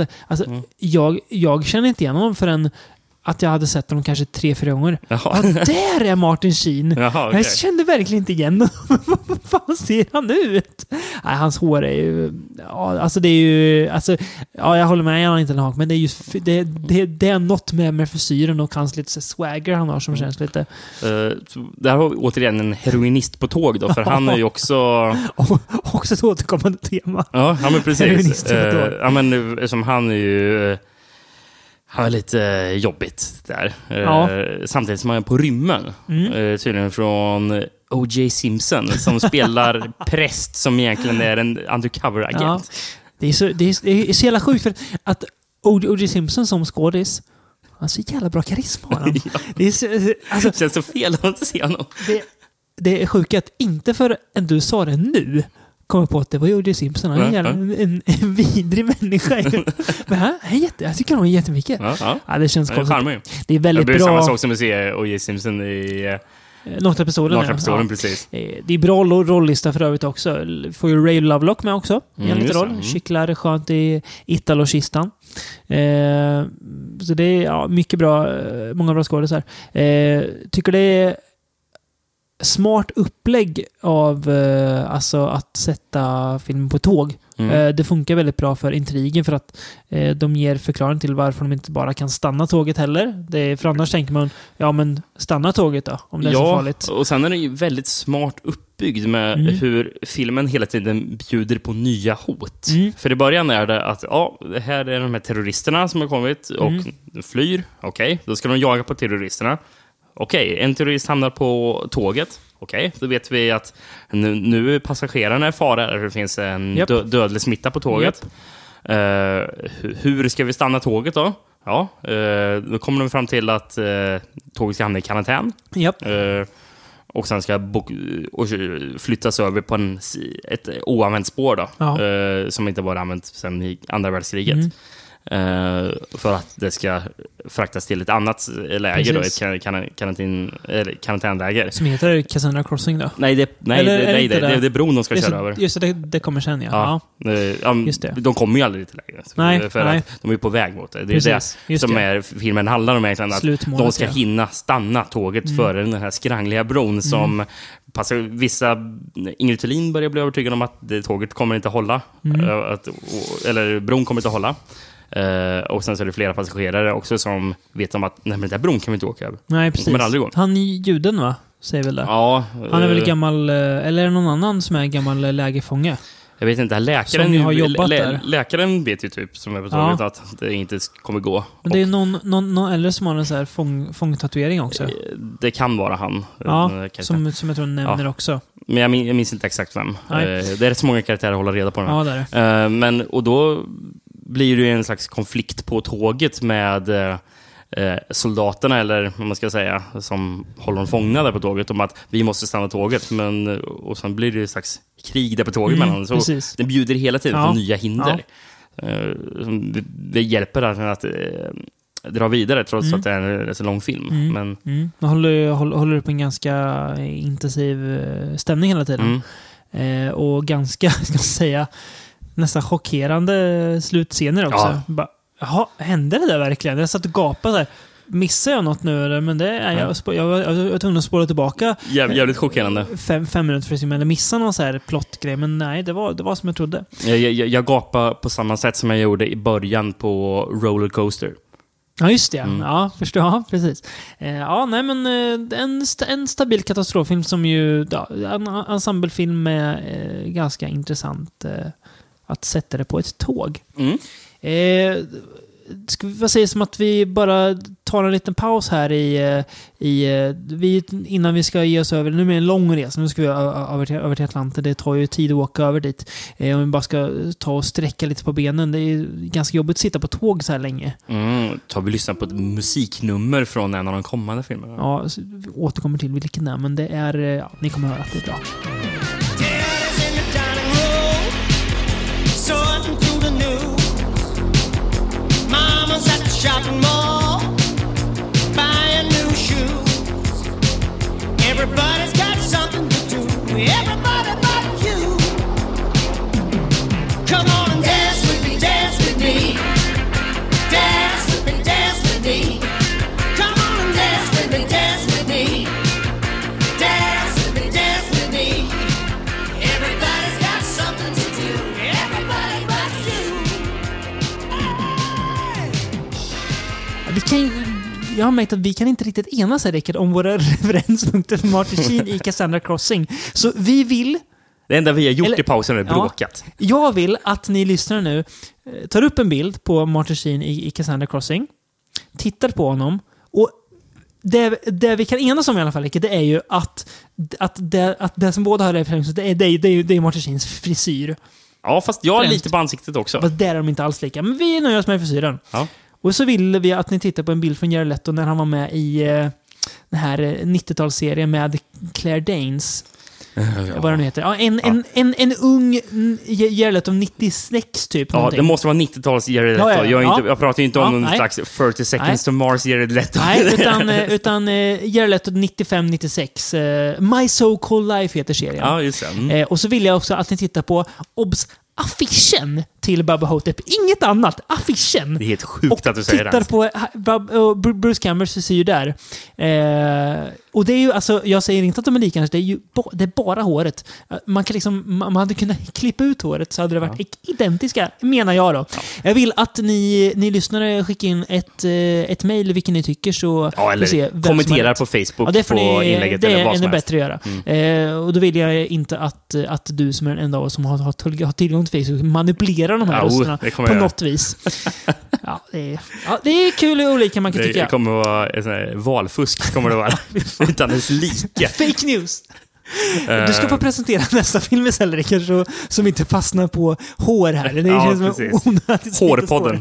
Jag känner inte igen honom förrän att jag hade sett honom kanske 3-4 gånger. Ja, där är Martin Sheen. Jaha, okay. Jag kände verkligen inte igen honom. Vad fan ser han ut? Nej, hans hår är ju... Ja, alltså det är ju... Alltså, ja, jag håller med, han har inte en hak, men det är ju... Det är något med frisyren och hans lite swagger han har som känns lite... Där har vi återigen en heroinist på tåg då, för han är ju också... också ett återkommande tema. Ja, men precis. Som han är ju... Han var lite jobbigt där. Samtidigt som han är på rymmen. Tydligen från O.J. Simpson som spelar präst som egentligen är en undercover-agent. Ja. Det är så jävla sjukt för att O.J. Simpson som skådis, han har så jävla bra karisma. Ja. Det känns så fel att inte se honom. det är sjukt att inte förrän du sa det nu kommer på att det var O.J. Simpson. Han är en vidrig människa. Men jag tycker han är jättemycket. Ja, det känns konstigt. Det är väldigt bra. Det är samma sak som att se O.J. Simpson i Nortra-pistolen, precis. Det är bra rollista för övrigt också. Får ju Ray Lovelock med också. En liten roll. Kycklar skönt i Italo-kistan. Så det är mycket bra. Många bra skådespelare. Tycker det är smart upplägg av alltså att sätta filmen på tåg. Det funkar väldigt bra för intrigen för att de ger förklaring till varför de inte bara kan stanna tåget heller. För annars tänker man, men stanna tåget då, om det är så farligt. Och sen är det ju väldigt smart uppbyggd med hur filmen hela tiden bjuder på nya hot. För i början är det att det här är de här terroristerna som har kommit och flyr. Okej, då ska de jaga på terroristerna. Okej, en terrorist hamnar på tåget. Okej, då vet vi att nu är passagerarna i fara. Det finns en dödlig smitta på tåget. Hur ska vi stanna tåget då? Ja, då kommer de fram till att tåget ska hamna i karantän. Och sen ska flyttas över på ett oanvänt spår då, som inte var använt sedan i andra världskriget. För att det ska fraktas till ett annat läger, då, ett karantänläger. Som heter Cassandra Crossing då? Nej, det är bron de ska köra över. Just det kommer sen, just det. De kommer ju aldrig till lägret. För att de är på väg mot det. Det är det som är filmen handlar om egentligen. Att de ska hinna stanna tåget före den här skrangliga bron som vissa... Ingrid Thulin börjar bli övertygad om att tåget kommer inte hålla. Eller bron kommer inte hålla. Och sen så är det flera passagerare också som vet om att den där bron kan vi inte åka över. Nej, precis. Kommer aldrig gå. Han är juden, va? Säger väl det. Ja. Han är väl gammal... Eller är det någon annan som är gammal lägerfånge? Jag vet inte. Läkaren har jobbat där. Läkaren vet ju typ, som jag betonat, att det inte kommer gå. Men det är någon äldre som har en så här fångtatuering också. Det kan vara han. Ja, som jag tror nämner också. Men jag minns inte exakt vem. Det är rätt så många karaktärer att hålla reda på den här. Ja, det är det. Och då blir det en slags konflikt på tåget med soldaterna, eller vad man ska säga, som håller dem fångna där på tåget, om att vi måste stanna tåget. Och sen blir det en slags krig där på tåget mellan. Så det bjuder hela tiden på nya hinder. Det hjälper att dra vidare trots att det är en så lång film. Men man håller upp en ganska intensiv stämning hela tiden. Och ganska, ska jag säga, nästan chockerande slutscener också. Jaha, hände det där verkligen? Jag satt och gapade där. Missar jag något nu? Eller? Men det är jag var tvungen att spåra tillbaka. Jävligt chockerande. 5 minuter för att missa någon så här plottgrej. Men nej, det var som jag trodde. Jag gapade på samma sätt som jag gjorde i början på Rollercoaster. Ja, just det. Ja, förstår jag. Precis. Nej, men en stabil katastroffilm som ju... en ensemblefilm med ganska intressant att sätta det på ett tåg. Vad sägs om att vi bara tar en liten paus här innan vi ska ge oss över. Nu är det en lång resa. Nu ska vi över till Atlanten. Det tar ju tid att åka över dit. Om vi bara ska ta och sträcka lite på benen. Det är ganska jobbigt att sitta på tåg så här länge. Tar vi lyssna på ett musiknummer från en av de kommande filmerna? Ja, vi återkommer till vilken det är. Men det är... ni kommer höra att det är bra. Shopping mall, buying new shoes. Everybody's got something to do. Everybody but you. Come on and dance with me, dance with me. Dance with me, dance with me. Come on and dance with me, dance with me. Dance with me, dance with me. Everybody's got something to do. Everybody but you. Jag har märkt att vi kan inte riktigt enas här, Rickard, om våra referenspunkter för Martin Sheen i Cassandra Crossing. Så vi vill... Det enda vi har gjort i pausen är bråkat. Jag vill att ni lyssnar nu tar upp en bild på Martin Sheen i Cassandra Crossing, tittar på honom, och det vi kan enas om i alla fall, Rickard, det är ju att det som båda har referenser, det är Martin Sheens frisyr. Ja, fast jag är lite på ansiktet också. Fast där är de inte alls lika. Men vi nöjer oss med frisyren. Ja. Och så vill vi att ni tittar på en bild från Jared Leto när han var med i den här 90-talsserien med Claire Danes. Vad den heter. Ja, en ung Jared Leto 96 typ. Ja, någonting. det måste vara 90-tals Jared Leto. Jag pratar ju inte om någon nej. slags 30 seconds to Mars Jared Leto. Nej, utan Jared Leto 95-96. My So-Called Life heter serien. Ja, just det. Och så vill jag också att ni tittar på affischen till Bubba Ho-Tep. Inget annat. Affischen. Det är helt sjukt att du säger det. Och tittar på Bruce Campbell så ser ju där. Och det är ju, alltså, jag säger inte att de är lika, det är ju det är bara håret. Man kan liksom, man hade kunnat klippa ut håret så hade det varit identiska, menar jag då. Ja. Jag vill att ni lyssnare skickar in ett mejl vilken ni tycker, så eller se kommentera på Facebook det får på inlägget. Det eller vad är som ännu helst. bättre att göra. Och då vill jag inte att du som är den enda av oss som har tillgång till Facebook manipulerar de här rösterna på något vis. Det är kul och olika, man kan tycka. Det kommer att vara en sån här valfusk, kommer det vara. Utan dess like. Fake news! Du ska få presentera nästa film istället, kanske, som inte fastnar på hår här. Det känns som onödigt. Hårpodden.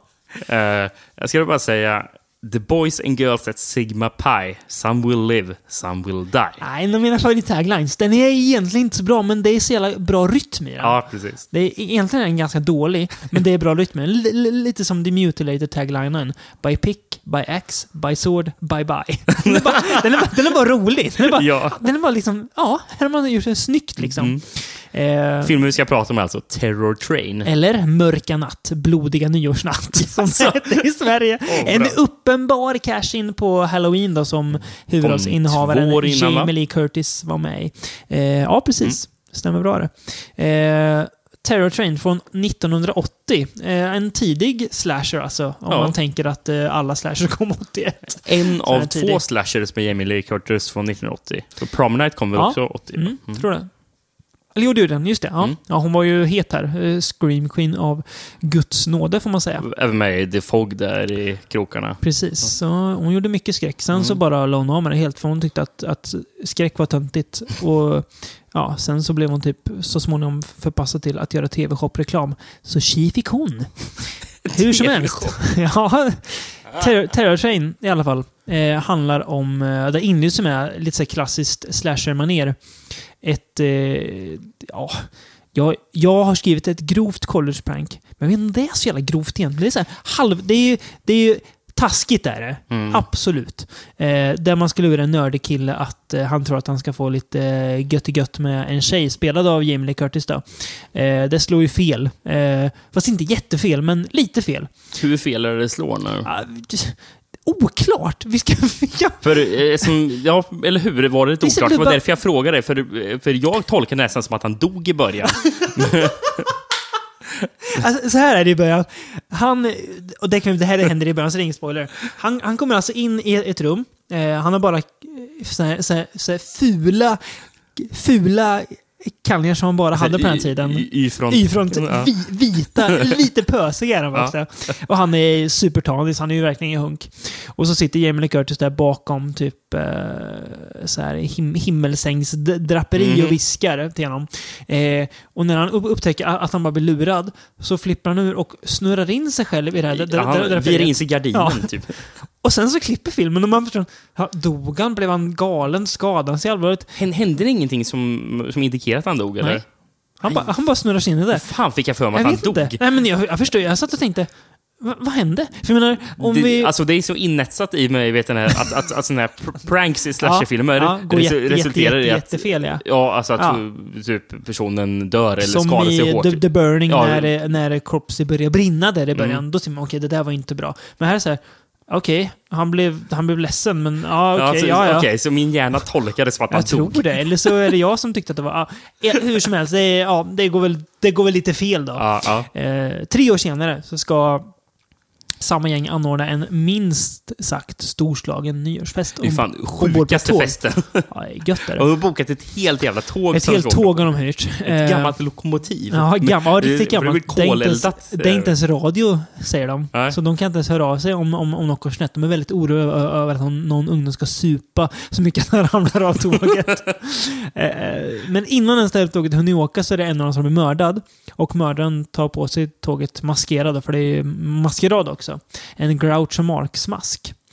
Jag ska bara säga The boys and girls at Sigma Pi. Some will live, some will die. En av mina favorit-taglines. Den är egentligen inte så bra, men det är så jävla bra rytm i den. Ja, precis. Det är egentligen en ganska dålig, men det är bra rytm. Lite som The Mutilated taglinen. By pick, by axe, by sword, by bye. Den är bara rolig. Den är bara liksom, här har man gjort det snyggt liksom. Filmen vi ska prata om är alltså Terror Train. Eller Mörka natt, blodiga nyårsnatt, som heter i Sverige. En uppenbar cash-in på Halloween då, som huvudrollsinnehavaren Jamie Lee Curtis var med i. Ja, precis. Stämmer bra det. Terror Train från 1980. En tidig slasher alltså, om man tänker att alla slasher kom 81. En av två slashers med Jamie Lee Curtis från 1980. Så Prom Night kom väl också 80? Tror det. Eller gjorde den, just det. Ja, hon var ju het här. Scream Queen av Guds nåde, får man säga. Även med The Fog där i krokarna. Precis, så hon gjorde mycket skräck. Sen så bara la hon av med det helt, för hon tyckte att skräck var töntigt. Och sen så blev hon typ så småningom förpassad till att göra TV-shop-reklam. Så tji fick hon. Hur som helst. Terror Train i alla fall handlar om, det inleds som är lite så klassiskt slasher-manér. Jag har skrivit ett grovt college-prank, men jag vet inte om det är så jävla grovt egentligen. Det är så här det är ju taskigt är det. Absolut. Där man skulle lura en nördig kille att han tror att han ska få lite gött med en tjej spelad av Jamie Lee Curtis då. Det slår ju fel. Fast inte jättefel, men lite fel. Hur fel är det slår nu? Oklart. Vi ska... eller hur? Var det lite oklart? Det var därför jag frågade dig. För jag tolkar nästan som att han dog i början. Alltså, så här är det i början. Det här händer i början, så det är ingen spoiler. Han kommer alltså in i ett rum. Han har bara så här fula kallingar som han bara hade på den tiden. Y-front. Vita, lite pösiga är de också. Och han är supertanis, han är ju verkligen en hunk. Och så sitter Jamie Lee Curtis där bakom typ så här himmelsängsdraperi och viskar till honom. Och när han upptäcker att han bara blir lurad, så flippar han ur och snurrar in sig själv i det här. Han virar in sig i gardinen typ. Och sen så klipper filmen och man förstår, dog han? Blev han galen? Skadade han sig allvarligt? Hände det ingenting som indikerar att han dog? Eller? Han bara snurrar sig in i det. Fan fick jag för mig att han dog. Inte. Nej, men jag förstår. Jag satt och tänkte, vad hände? För jag menar, alltså det är så innätsat i mig, vet ni, att sådana här pranks i slasherfilmer resulterar i att jättefel, alltså att typ personen dör eller skadar sig hårt. Som i The Burning, när Corpse börjar brinna där i början. Då ser man, okej, det där var inte bra. Men här är så här, okej, han blev ledsen, men okej, så min hjärna tolkade som att han dog. Jag tror det, eller så är det jag som tyckte att det var... hur som helst, det går väl lite fel då. 3 år senare så ska samma gäng anordna en minst sagt storslagen nyårsfest. Det är fan sjukaste festen. Ja, gött är det. Och de har bokat ett helt jävla tåg. Ett helt tåg har de hyrt. Ett gammalt lokomotiv. Ja, riktigt gammalt. Det är inte ens radio, säger de. Nej. Så de kan inte ens höra av sig om något går snett. De är väldigt oroliga över att någon ungdom ska supa så mycket att han ramlar av tåget. Men innan ens det här tåget hunnit åka så är det en av dem som blir mördad. Och mördaren tar på sig tåget maskerad, för det är maskerad också. En Groucho Marx-mask.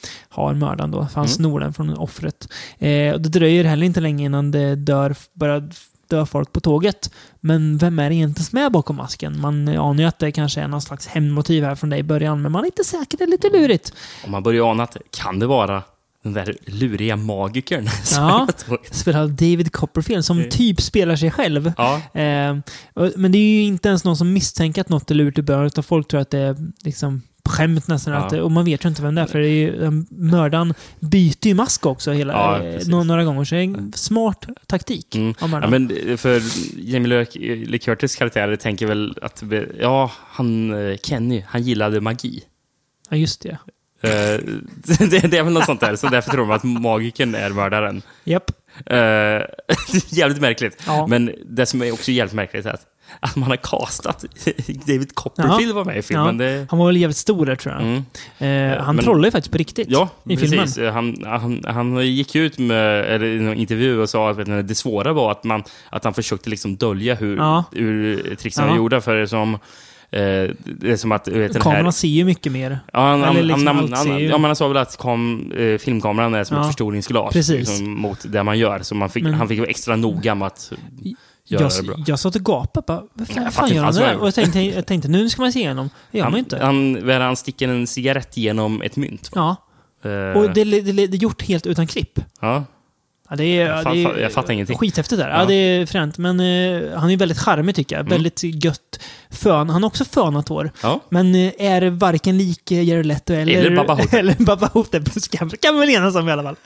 har mördaren då. För han snor den från offret. Och det dröjer heller inte länge innan det börjar dö folk på tåget. Men vem är det egentligen som är bakom masken? Man anar ju att det kanske är någon slags hämndmotiv här från dig i början, men man är inte säker, det är lite lurigt. Om man börjar ana att kan det vara den där luriga magikern. Ja, spelar David Copperfield som typ spelar sig själv. Ja. Men det är ju inte ens någon som misstänker att något är lurt i början, utan folk tror att det är liksom på skämt nästan. Ja. Och man vet ju inte vem det är, för det är ju, mördaren byter ju mask också några gånger. Så det är en smart taktik av mördaren. Ja, men för Jamie Lee Curtis karaktär tänker väl att Kenny, han gillade magi. Ja, just det. Det är väl något sånt där. Så därför tror man att magikern är mördaren. Japp. Jävligt märkligt. Ja. Men det som är också jävligt märkligt är att man har castat David Copperfield var med i filmen. Ja. Han var väl jävligt stor där, tror jag. Han trollar ju faktiskt på riktigt i precis. filmen. Han gick ut i en intervju och sa att det svåra var att han försökte liksom dölja hur tricksen var gjorda. För det är som att kameran ser ju mycket mer. Ja, man sa väl att filmkameran är som ett förstoringsglas liksom, mot det man gör. Så han fick vara extra noga med att göra det bra. Jag satt och gapade. Vad fan gör han där? Och jag tänkte, nu ska man se igenom. Det gör man inte. Han sticker en cigarett genom ett mynt. Ja. Och det är gjort helt utan klipp. Ja. Ja, jag fattar ingenting. Skithäftigt där. Ja, det är fränt. Men han är väldigt charmig, tycker jag. Väldigt gött fön. Han har också fönat hår. Ja. Men är varken lik Jared Leto eller Baba Hotep. Kan man väl enas om i alla fall.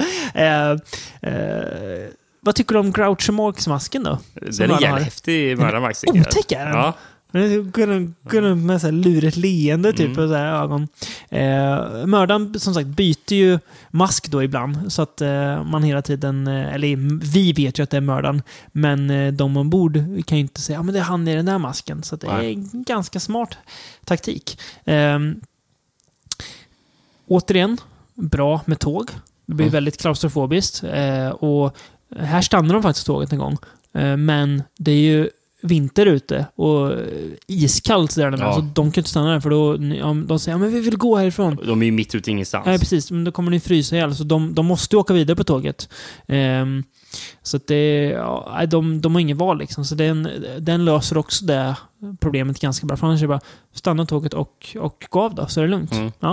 Vad tycker du om Groucho Marx-masken då? Den är jävligt häftig mördarmask. Otäck är den. Ja. Går med så här lurigt leende typ och så här ögon. Mördaren som sagt byter ju mask då ibland, så att man hela tiden, eller vi vet ju att det är mördaren, men de ombord kan ju inte säga men det är han i den där masken, så att det är en ganska smart taktik. Återigen, bra med tåg. Det blir väldigt klaustrofobiskt och här stannar de faktiskt tåget en gång, men det är ju vinter ute och iskallt där med, så de kan inte stanna där, för då de säger men vi vill gå härifrån. De är ju mitt ute ingenstans. Ja, precis, men då kommer ni frysa ihjäl, så de måste åka vidare på tåget. Så att de har ingen val liksom, så den löser också det problemet ganska bra, för annars är det bara stanna tåget och gå av då, så är det lugnt. Ja.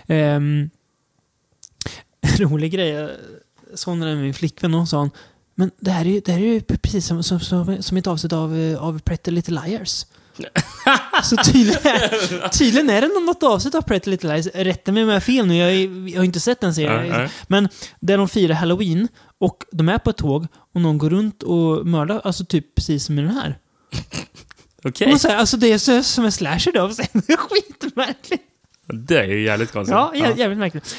Rolig grej, så när min flickvän och sa hon, men det här är ju precis som ett avsnitt av Pretty Little Liars. Så tydligen är det något avsnitt av Pretty Little Liars. Rätta mig om jag är fel nu, jag har inte sett den serien. Men där de firar Halloween och de är på ett tåg och någon går runt och mördar, alltså typ precis som i den här. Okej. Alltså det är som en slasher då. Det är skitmärkligt. Det är ju jävligt konstigt. Ja, jävligt märkligt.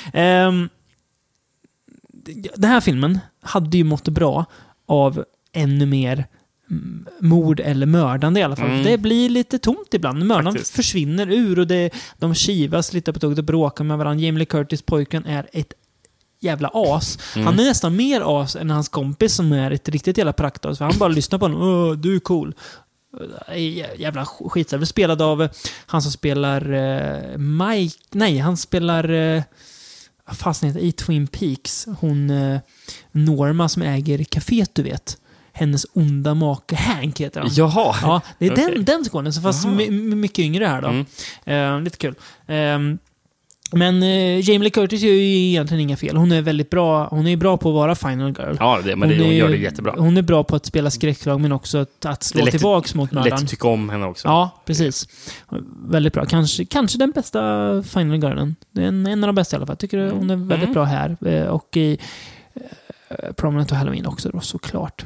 Den här filmen hade ju mått bra av ännu mer mord eller mördande i alla fall. Det blir lite tomt ibland. Mördaren försvinner ur och de kivas lite på tåget och bråkar med varandra. Jamie Lee Curtis, pojken, är ett jävla as. Han är nästan mer as än hans kompis som är ett riktigt jävla praktas. För han bara lyssnar på honom. Du är cool. Jävla skit. Spelad av han som spelar Mike. Nej, han spelar fast heter i Twin Peaks, hon Norma som äger kaféet, du vet. Hennes onda make Hank heter han. Jaha. Ja, det är den skånen, så fast mycket yngre här då. Lite kul. Men Jamie Lee Curtis gör ju egentligen inga fel. Hon är väldigt bra. Hon är bra på att vara final girl. Ja, hon gör det jättebra. Hon är bra på att spela skräcklag, men också att slå tillbaks mot mördaren. Lätt att tycka om henne också. Ja, precis. Väldigt bra. Kanske den bästa final girlen. Det är en av de bästa i alla fall. Jag tycker hon är väldigt bra här. Och i Promenade och Halloween också då, såklart.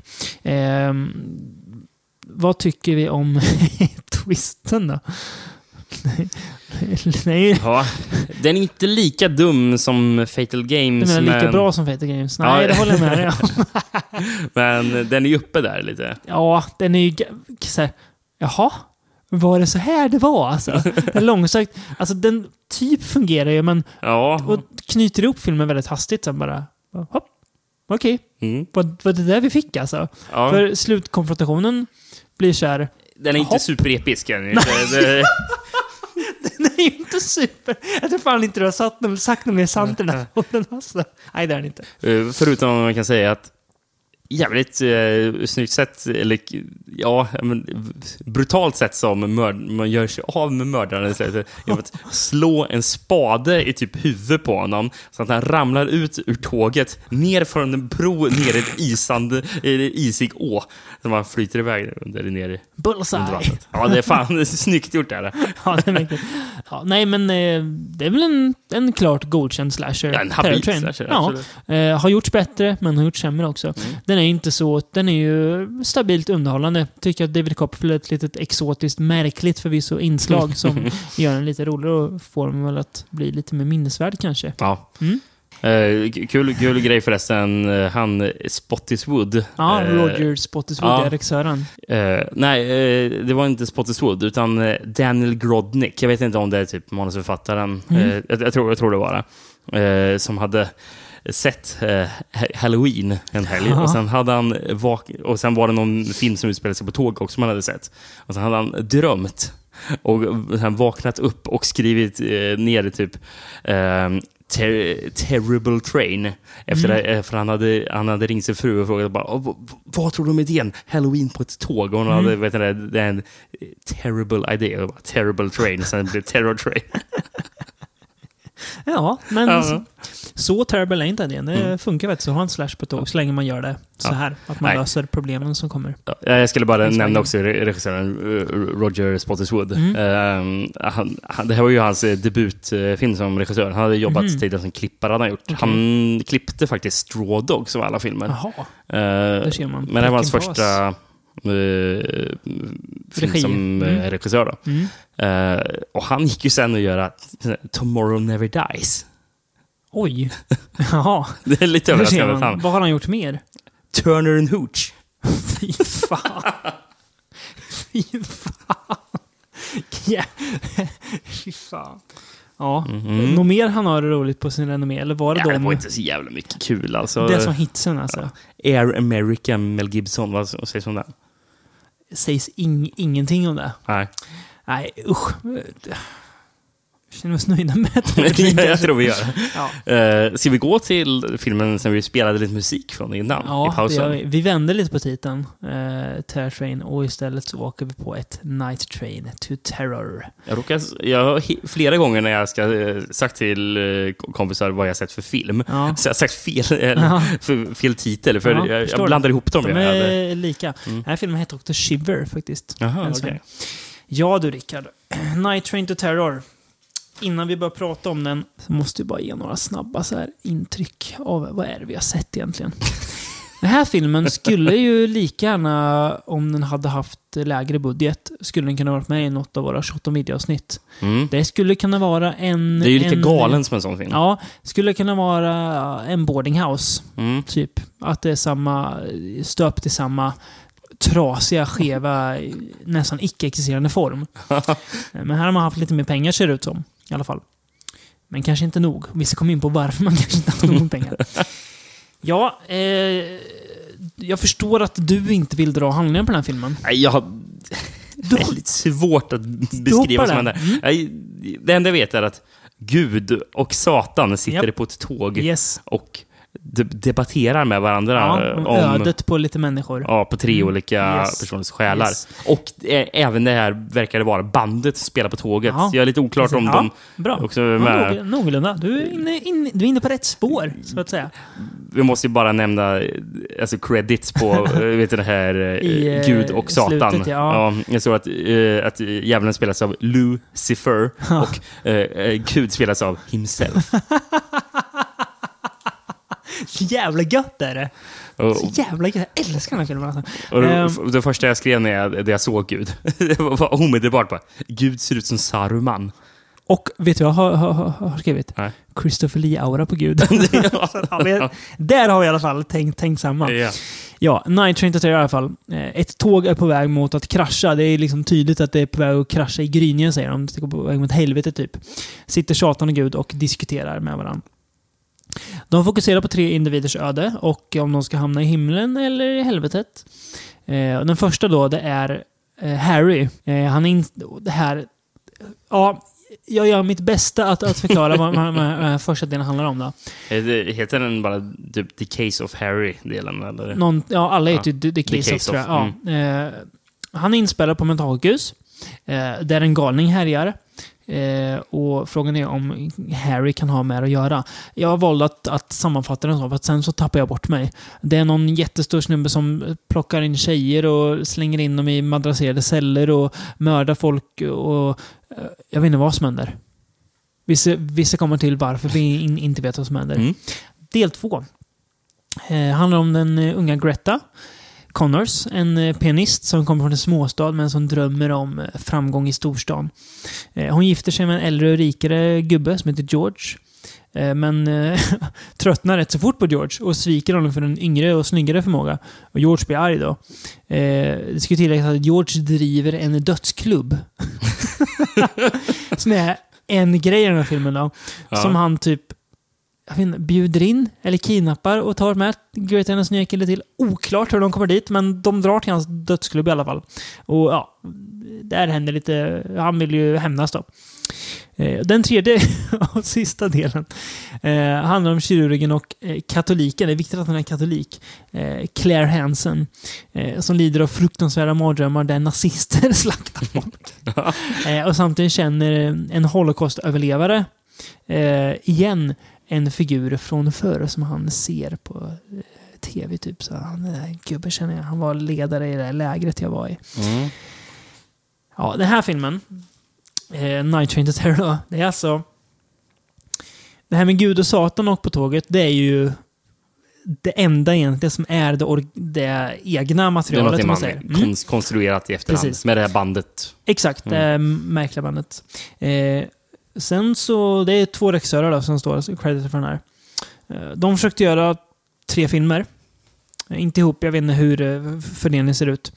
Vad tycker vi om twisten då? Nej. Ja, den är inte lika dum som Fatal Games. Den är lika bra som Fatal Games. Nej, det håller jag med dig om. Men den är ju uppe där lite. Ja, den är ju så här, jaha, var det så här det var alltså? Långsökt. Alltså den typ fungerar ju, men och knyter ihop filmen väldigt hastigt så bara hopp. Okej. Vad det där vi fick alltså? Ja. För slutkonfrontationen blir så här. Den är inte superepisk än. är ju inte super. Jag tror fan inte du har sagt något mer sant i den här podden. Alltså. Nej, det är det inte. Förutom man kan säga att jävligt snyggt sätt, eller ja, men, brutalt sätt som man gör sig av med mördaren genom att slå en spade i typ huvudet på honom så att han ramlar ut ur tåget ner från en bro ner i ett isig å som man flyter iväg under ner Bullseye. Ja, det är fan snyggt gjort där. Ja, det är mycket. Ja, nej, men det är väl en klart godkänd slasher. Ja, en habil Train. slasher, Ja, har gjorts bättre, men har gjorts sämre också. Den är inte så, den är ju stabilt underhållande. Tycker att David Copperfield är ett litet exotiskt, märkligt förvisso inslag som gör den lite roligare och får den väl att bli lite mer minnesvärd kanske. Ja. Kul grej förresten. Han Spottiswoode. Ja, Roger Spottiswoode är regissören. Nej, det var inte Spottiswoode utan Daniel Grodnick. Jag vet inte om det är typ manusförfattaren. Jag tror det var det. Som hade sett Halloween en helg och sen hade han och sen var det någon film som utspelade sig på tåg också som han hade sett. Och sen hade han drömt och han vaknat upp och skrivit ner typ Terrible Train efter det, för han hade ringt sin fru och frågat bara, vad tror du om idén? Halloween på ett tåg, och hon hade, vet du, det är en terrible idea, Terrible Train, sen blev det Terror Train. Ja, men så terrible är inte idén. Det funkar väl så ha en slash på tåg så länge man gör det så här, att man löser problemen som kommer. Ja, jag skulle bara nämna också regissören Roger Spottiswoode. Det här var ju hans debutfilm som regissör. Han hade jobbat tidigare som klippare, hade han gjort. Okay. Han klippte faktiskt Straw Dogs av alla filmer. Jaha, ser man. Men det var hans första film som regissör då. Och han gick ju sen att göra Tomorrow Never Dies. Oj. Jaha. Det är lite överraskande. Vad har han gjort mer? Turner and Hooch. Fy fan. Fy fan. Yeah. Fy fan. Ja. Något mer han har roligt på sin renommé? Eller var det det var inte så jävla mycket kul alltså. Det är som hitsen alltså. Air America, Mel Gibson, vad sägs om det? Sägs ingenting om det. Nej, usch. Känner vi oss nöjda med det? Jag tror vi gör. Ja. Ska vi gå till filmen som vi spelade lite musik från innan i pausen? Vi vänder lite på titeln, Terror Train, och istället så åker vi på ett Night Train to Terror. Jag flera gånger när jag ska sagt till kompisar vad jag sett för film, så jag har sagt fel titel, för jag blandar ihop dem. De är lika. Den här filmen heter också Shiver faktiskt. Aha, okay. Ja du Rickard, Night Train to Terror. Innan vi börjar prata om den så måste vi bara ge några snabba så här intryck av vad är det vi har sett egentligen. Den här filmen skulle ju lika gärna, om den hade haft lägre budget, skulle den kunna varit med i något av våra shot och videoavsnitt. Det skulle kunna vara en... Det är ju lite galen som en sån film. Ja, skulle kunna vara en boarding house. Typ. Att det är samma, stöpt i samma trasiga, skeva, nästan icke-existerande form. Men här har man haft lite mer pengar, ser det ut som. I alla fall. Men kanske inte nog. Vi ska komma in på varför man kanske inte har nog pengar. Ja, jag förstår att du inte vill dra handlingen på den här filmen. Nej, det är lite svårt att beskriva som det. Det enda jag vet är att Gud och Satan sitter på ett tåg och debatterar med varandra om ödet på lite människor. Ja, på 3 olika personers själar. Och även det här verkar det vara bandet som spelar på tåget. Jag är lite oklart om de bra. Också med. Någorlunda. Du är inne på rätt spår, så att säga. Vi måste ju bara nämna alltså credits på vet du, det här Gud och Satan. Slutet, jag såg att djävulen spelas av Lucifer och Gud spelas av himself. Så jävla gött är det. Så jävla gött. Jag älskar den här filmen. Och det första jag skrev när jag såg Gud, det var omedelbart bara, Gud ser ut som Saruman. Och vet du vad jag har skrivit? Nej. Christopher Lee-aura på Gud. Där har vi i alla fall tänkt samma. Ja, Night Train to Terror i alla fall. Ett tåg är på väg mot att krascha. Det är liksom tydligt att det är på väg att krascha i gryningen, säger de. Det går på väg mot helvete typ. Sitter Satan och Gud och diskuterar med varandra. De fokuserar på 3 individers öde och om de ska hamna i himlen eller i helvetet. Den första då, det är Harry. Han är det här... Ja, jag gör mitt bästa att förklara vad första delen handlar om då. Heter den bara typ The Case of Harry-delen? Eller? Alla heter ju The Case of, tror jag. Ja. Han är inspelad på mentalsjukhus där en galning härjar. Och frågan är om Harry kan ha med att göra. Jag har valt att sammanfatta den så, för att sen så tappar jag bort mig. Det är någon jättestor snubbe som plockar in tjejer och slänger in dem i madrasserade celler och mördar folk, och jag vet inte vad som händer. Vissa kommer till varför vi inte vet vad som händer. Del 2 handlar om den unga Greta Connors, en pianist som kommer från en småstad men som drömmer om framgång i storstan. Hon gifter sig med en äldre och rikare gubbe som heter George. Men tröttnar rätt så fort på George och sviker honom för en yngre och snyggare förmåga. Och George blir arg då. Det ska tilläggas att George driver en dödsklubb. Som är en grej i den här filmen då. Ja. Som han typ bjuder in eller kidnappar och tar med Greta hennes nya kille till. Oklart hur de kommer dit, men de drar till hans dödsklubb i alla fall. Och ja, där händer lite. Han vill ju hämnas då. Den tredje och sista delen handlar om kirurgen och katoliken. Det är viktigt att han är katolik. Claire Hansen, som lider av fruktansvärda mardrömmar där nazister slaktar folk. Och samtidigt känner en holocaustöverlevare igen en figur från förr som han ser på tv typ. Så gubben känner jag, han var ledare i det här lägret jag var i. Ja, den här filmen Night Train to Terror, det är alltså det här med Gud och Satan och på tåget, det är ju det enda egentligen som är det egna materialet. Det är något man konstruerat i efterhand. Precis. Med det här bandet. Exakt, det märkliga bandet. Sen så, det är 2 regissörer då som står credit för den här. De försökte göra 3 filmer. Inte ihop, jag vet inte hur fördelningen ser ut.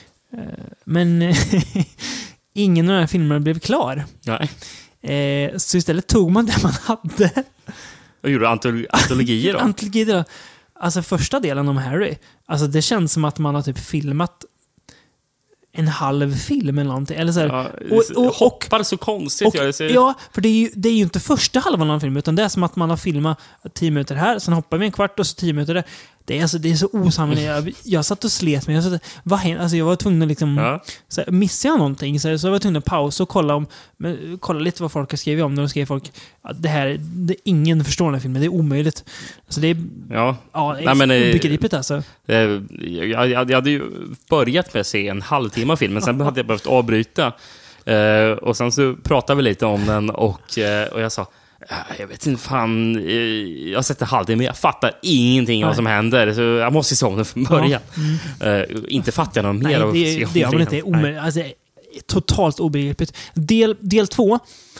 Men ingen av de här filmerna blev klar. Nej. Så istället tog man det man hade. Och gjorde antologier då? Antologier då. Alltså första delen om Harry. Alltså det känns som att man har typ filmat en halv film eller någonting. Eller så här. Ja, och hoppar så konstigt. Ja, för det är ju inte första halvan av en film, utan det är som att man har filmat 10 minuter här, sen hoppar vi en kvart och så 10 minuter där. Det är så osammanhängande. Jag satt och slet mig. Jag var tvungen att liksom så här, missar jag någonting så jag var tvungen att pausa och kolla lite vad folk har skrivit om när de skrev folk ingen förstår den här filmen. Det är omöjligt. Alltså det är obegripligt alltså. Jag hade ju börjat med att se en halvtimme av filmen, sen hade jag behövt avbryta. Och sen så pratade vi lite om den och jag sa jag vet inte fan, jag har sett en halvtimme men jag fattar ingenting av vad som händer, så jag måste se om den från början. Inte fattar jag något mer. Nej, det gör man inte. Alltså, totalt obegripligt. Del 2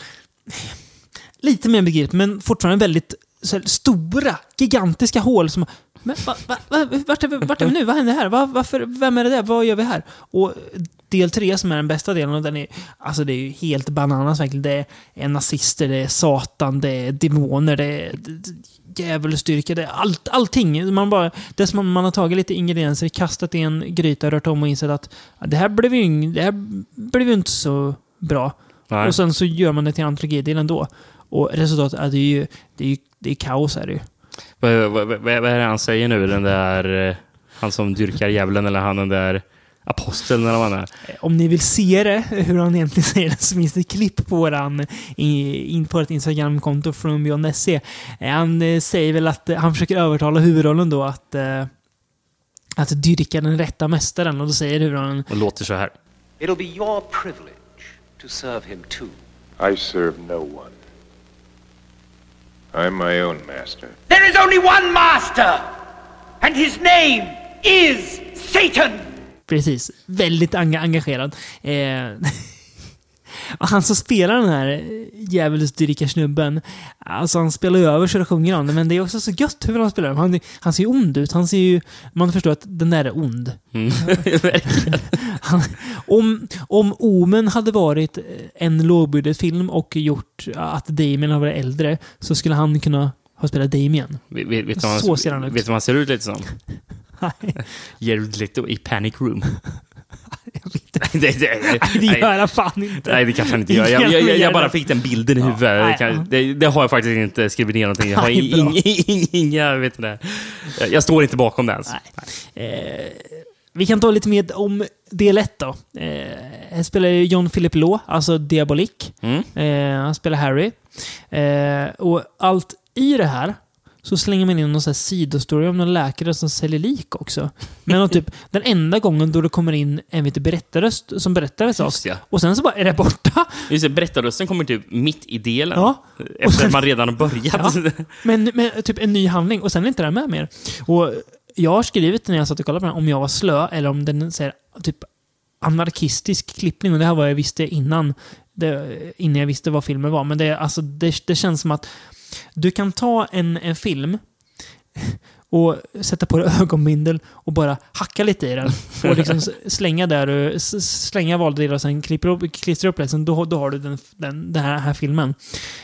lite mer begripligt, men fortfarande väldigt så här, stora, gigantiska hål som men vart är vi nu? Vad händer här? Vem är det där? Vad gör vi här? Och del 3 som är den bästa delen, och den är, alltså det är ju helt bananas verkligen. Det är nazister, det är satan, det är demoner, det är djävulstyrka, det är allting. Det som man har tagit lite ingredienser, kastat i en gryta, rört om och insett att det här blev ju inte så bra. Nej. Och sen så gör man det till antologidelen då. Och resultatet är det är kaos är det ju. Vad är det han säger nu? Den där han som dyrkar djävulen, eller han den där aposteln eller vad han är. Om ni vill se det, hur han egentligen säger det, så finns det ett klipp på på ett Instagram-konto från Beyond SC. Han säger väl att han försöker övertala huvudrollen då att dyrka den rätta mästaren, och då säger huvudrollen och låter så här. It'll be your privilege to serve him too. I serve no one. I'm my own master. There is only one master, and his name is Satan. Precis, väldigt engagerad. Och han som spelar den här djävulsdyrka snubben, alltså han spelar ju över så det sjunger han, men det är också så gött hur han spelar. Han ser ju ond ut, han ser ju, man förstår att den där är ond. Om Omen hade varit en lågbudgetfilm och gjort att Damien har varit äldre, så skulle han kunna ha spelat Damien. Så ser han ut. Vet du vad han ser ut lite som? Jared Leto i Panic Room. Jag vet inte Det gör jag fan inte. Nej, det kanske han inte gör. Jag bara fick den bilden i huvudet. Det har jag faktiskt inte skrivit ner någonting. Jag har inga, vet du det. Jag står inte bakom det ens. Vi kan ta lite mer om del 1 då. Här spelar John Philip Law, alltså Diabolik. Han spelar Harry. Och allt i det här så slänger man in någon sån här sidostory om någon läkare som säljer lik också. Men typ den enda gången då det kommer in en berättarröst som berättar en sak. Och sen så bara är det borta. Just det, berättarrösten kommer typ mitt i delen. Ja. Efter att man redan har börjat. Ja. Men typ en ny handling. Och sen är inte det med mer. Och jag har skrivit när jag satt och kollade på den om jag var slö eller om den säger typ anarkistisk klippning. Och det här var jag visste innan jag visste vad filmen var. Men det känns som att du kan ta en film och sätta på ögonbindel och bara hacka lite i den och liksom slänga valda delar och sen klistra upp det. Sen då har du den här filmen.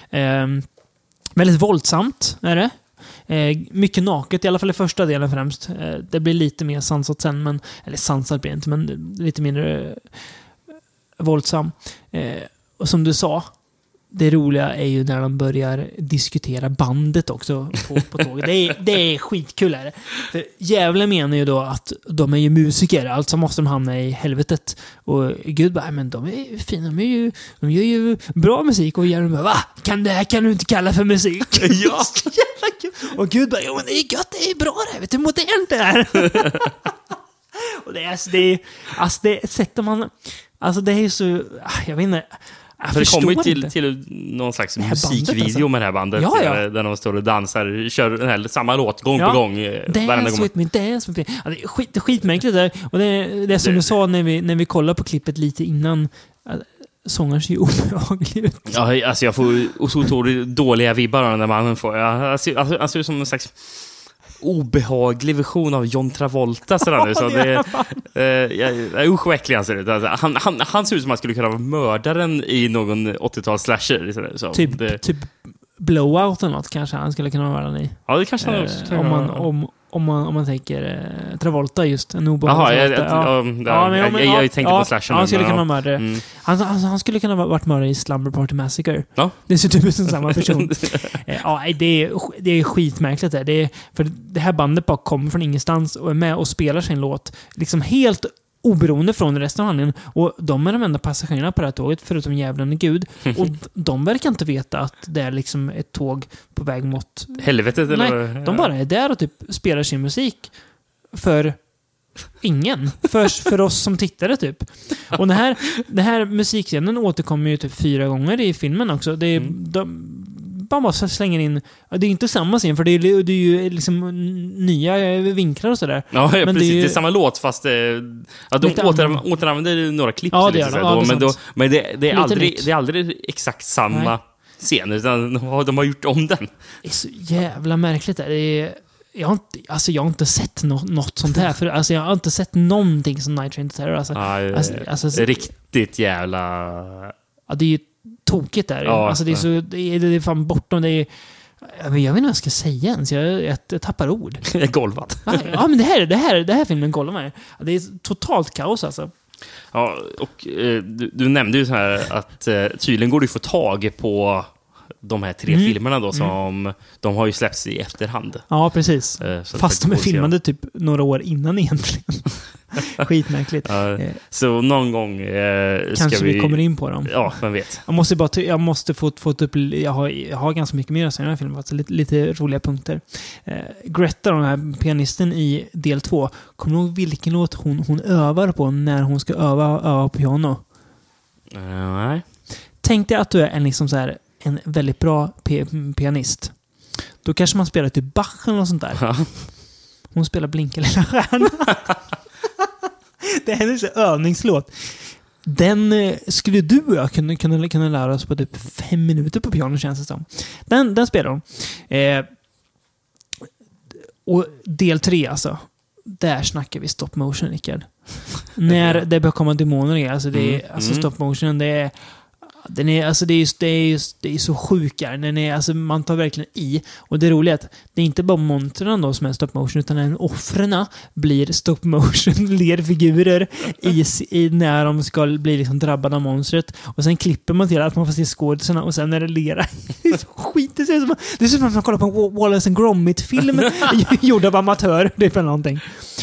Väldigt våldsamt är det. Mycket naket, i alla fall i första delen främst. Det blir lite mer sansat sen, eller sansat blir det inte, men lite mindre våldsam. Och som du sa, det roliga är ju när de börjar diskutera bandet också på tåget. Det är skitkul här. För djävulen menar ju då att de är ju musiker, alltså måste de hamna i helvetet. Och Gud bara, men de är fina, de gör ju bra musik. Och djävulen bara, va? Det här kan du inte kalla för musik? Ja. Och Gud bara, jo men det är gött, det är bra det här, vet du hur modernt det är? Och det sätter man, alltså det är ju så, jag vet inte. För det kommer ju till någon slags musikvideo alltså. Med det här bandet. Ja. Där de står och dansar, kör den här samma låt gång på gång. Dance with me, dance with me. Ja, det är skitmärkligt där. Och det är som du sa när vi kollar på klippet lite innan. Sångaren ser ju obehaglig ut. Ja, alltså jag får så otroligt dåliga vibbar av den där mannen. Han ser ut som en slags obehaglig version av John Travolta sådär nu. Så usch vad äcklig han ser ut. Alltså, han ser ut som han skulle kunna vara mördaren i någon 80-tals slasher. Så. Typ Blowout eller något kanske han skulle kunna vara den i. Ja, det kanske han också kan vara. Om man tänker Travolta just en obehaglig. Jag tänkte på slasher. Han skulle kunna vara mördare. Han skulle kunna ha varit mördare i Slumber Party Massacre. Ja. Det ser typ ut som samma person. Det är skitmärkligt där. För det här bandet bara kommer från ingenstans och är med och spelar sin låt liksom helt oberoende från resten av handlingen. Och de är de enda passagerarna på det här tåget förutom djävulen och Gud. Och de verkar inte veta att det är liksom ett tåg på väg mot helvetet. Nej, eller? de bara är där och typ spelar sin musik för ingen. För oss som tittare typ. Och den här musikscenen återkommer ju typ 4 gånger i filmen också. Det är man bara slänger in. Det är inte samma scen för det är ju liksom nya vinklar och sådär. Ja, men precis. Det är samma låt fast de återanvänder några klipp. Ja, det är men det är aldrig exakt samma scen utan de har gjort om den. Det är så jävla märkligt där. Jag har inte sett något sånt här för alltså jag har inte sett någonting som Night Train to Terror riktigt jävla. Ja, det är ju tokigt där. Ja, alltså det är fan bortom det är, jag vet inte vad jag ska säga ens. Jag tappar ord. Jag är golvat. Ja, men det här filmen golvar mig. Det är totalt kaos alltså. Ja, och du nämnde ju så här att tydligen går det att få tag på de här 3 filmerna då som de har ju släppts i efterhand. Ja, precis. Fast de är filmade typ några år innan egentligen. Skitmärkligt. Så någon gång kanske ska vi kommer in på dem. Ja, man vet. Jag måste få upp jag har ganska mycket mer att säga i den här filmen, alltså lite roliga punkter. Greta, den här pianisten i del 2, kommer du ihåg vilken låt hon övar på när hon ska öva på piano? Nej. Tänk dig att du är en väldigt bra pianist. Då kanske man spelar typ Bach eller något sånt där. Ja. Hon spelar Blinka lilla stjärna. Det är hennes övningslåt. Den skulle du och jag kunna lära oss på typ 5 minuter på piano, känns det som. Den spelar hon. Och del 3 alltså. Där snackar vi stop motion, Rickard. När det börjar komma demoner i. Alltså det är, alltså stop motion, det Den är, alltså det är så sjukare. Den är, alltså man tar verkligen i. Och det roliga är att det är inte bara monstren då som är stop motion, utan även offrena blir stop motion lerfigurer i när de ska bli liksom drabbade av monstret. Och sen klipper man till att man får se skådespelarna och sen är det lera. Det är så skit. Det är som att man kollar på en Wallace and Gromit-film gjord av amatör. Det är för någonting.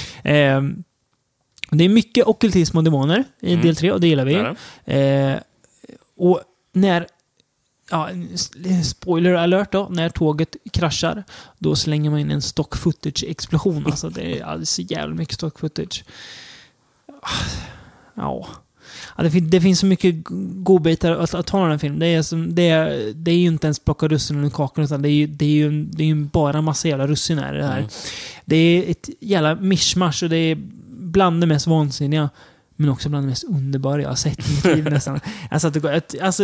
Det är mycket ockultism och demoner i del 3 och det gillar vi. Och när spoiler alert då, när tåget kraschar, då slänger man in en stock footage-explosion. Alltså det är så jävla mycket stock footage. Ja, det finns så mycket godbitar att ta den här filmen. Det är ju inte ens plocka russinen ur kakan, utan det är ju bara massa jävla russin här. Det här. Det är ett jävla mishmash och det är bland det mest vansinniga, men också bland det mest underbara jag har sett i mitt liv nästan. Alltså,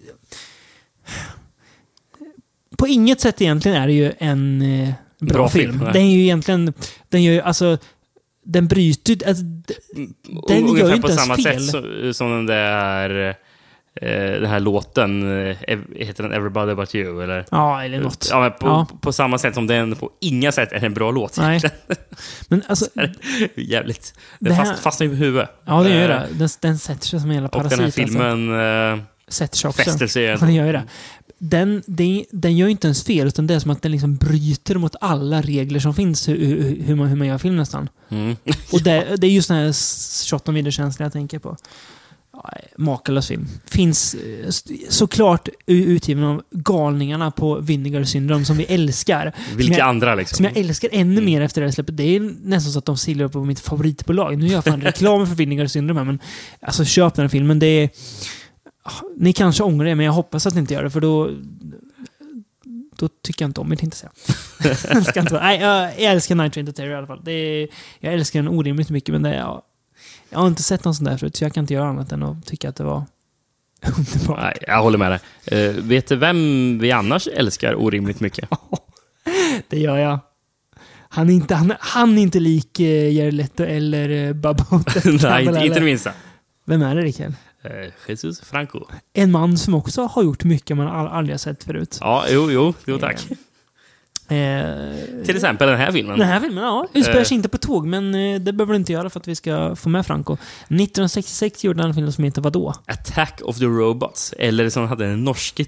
på inget sätt egentligen är det ju en bra film. Den är ju egentligen, den bryter, alltså, den gör ju inte på ens samma fel. sätt som den där den här låten heter den Everybody But You eller? Ja, eller något. Ja, men på samma sätt som den på inga sätt är en bra låt. Nej. Men alltså jävligt. Den fastnar i huvudet. Ja, det gör det. Den sätter sig som en jävla parasit. Och den här filmen fäster sig. Den gör det. Den gör inte ens fel, utan det är som att den liksom bryter mot alla regler som finns hur man gör film nästan. Och det är just den här shot om videokänslan jag tänker på. Makalös film. Finns såklart utgiven av galningarna på Vinegar Syndrome som vi älskar. Vilka andra liksom? Som jag älskar ännu mer efter det här släppet. Det är nästan så att de sillar upp på mitt favoritbolag. Nu gör jag fan reklam för Vinegar Syndrome, men alltså köp den här filmen. Det är, ni kanske ångrar det, men jag hoppas att ni inte gör det, för då tycker jag inte om det, inte säga. Jag älskar Night Train to Terror i alla fall. Jag älskar den orimligt mycket, men jag har inte sett någon sån där förut, så jag kan inte göra annat än att tycka att det var underbart. Nej, jag håller med dig. Vet du vem vi annars älskar orimligt mycket? Det gör jag. Han är inte lik Jared Leto eller Bubba Hotep. Nej, inte det minsta. Vem är det, Rickard? Jesus Franco. En man som också har gjort mycket man aldrig har sett förut. Ja, jo, tack. Till exempel den här filmen. Den här filmen, ja. Utspelar sig inte på tåg, men det behöver du inte göra för att vi ska få med Franco. 1966 gjorde han en film som heter vadå? Attack of the Robots. Eller som hade en norska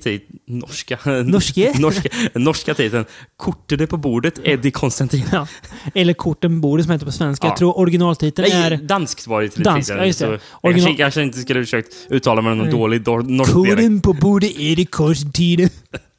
titeln Kortede på bordet, Eddie Konstantin. Ja. Eller Korten på bordet som heter på svenska. Ja. Jag tror originaltiteln är... danskt var det till dansk, ja, just det. Jag kanske inte skulle försökt uttala med någon dålig norsk dialekt. Korten på bordet, Eddie Konstantin.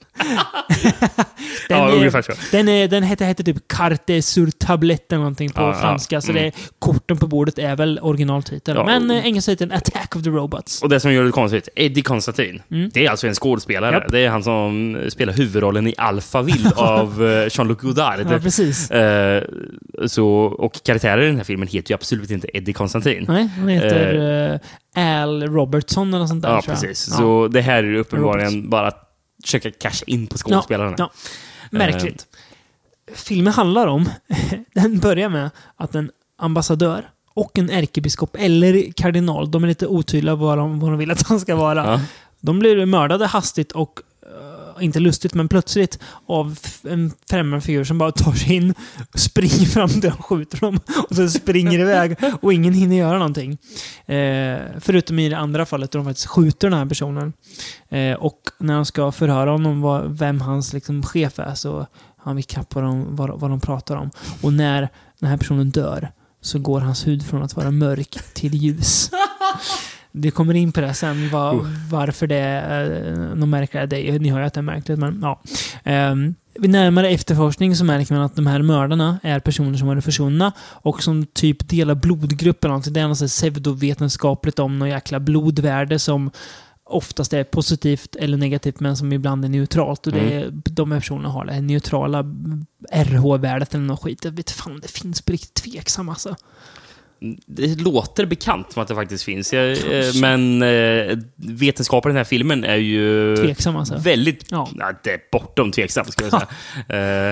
Den heter typ Carte sur tablette eller någonting på franska, så det är korten på bordet är väl originaltiteln. Men engelska titeln Attack of the Robots. Och det som gör det konstigt, Eddie Konstantin, det är alltså en skådespelare. Yep. Det är han som spelar huvudrollen i Alphaville av Jean-Luc Godard. Ja, precis. Och karaktären i den här filmen heter ju absolut inte Eddie Konstantin. Nej, han heter Al Robertson eller sånt där. Ja, precis. Så det här är uppenbarligen bara att försöka casha in på skådespelarna. Ja. Märkligt. Filmen handlar om, den börjar med att en ambassadör och en ärkebiskop eller kardinal, de är lite otydliga vad de vill att han ska vara. Ja. De blir mördade hastigt och inte lustigt, men plötsligt av en främmande figur som bara tar sig in, springer fram till och skjuter dem och så springer iväg och ingen hinner göra någonting. Förutom i det andra fallet där de faktiskt skjuter den här personen. Och när de ska förhöra honom vem hans liksom chef är, så har han vikapp vad de pratar om. Och när den här personen dör så går hans hud från att vara mörk till ljus. Det kommer in på det sen, varför det är någon märkligare det. Ni hör ju att det är märkligt, men ja. Vid närmare efterforskning så märker man att de här mördarna är personer som varit försvunna och som typ delar blodgruppen. Alltså det är något pseudovetenskapligt om något jäkla blodvärde som oftast är positivt eller negativt, men som ibland är neutralt. Och de här personerna har det här neutrala RH-värdet eller något skit. Jag vet fan, det finns på riktigt tveksam alltså. Det låter bekant som att det faktiskt finns. Men vetenskapen i den här filmen är ju tveksam alltså. Väldigt det är bortom tveksam, ska jag säga.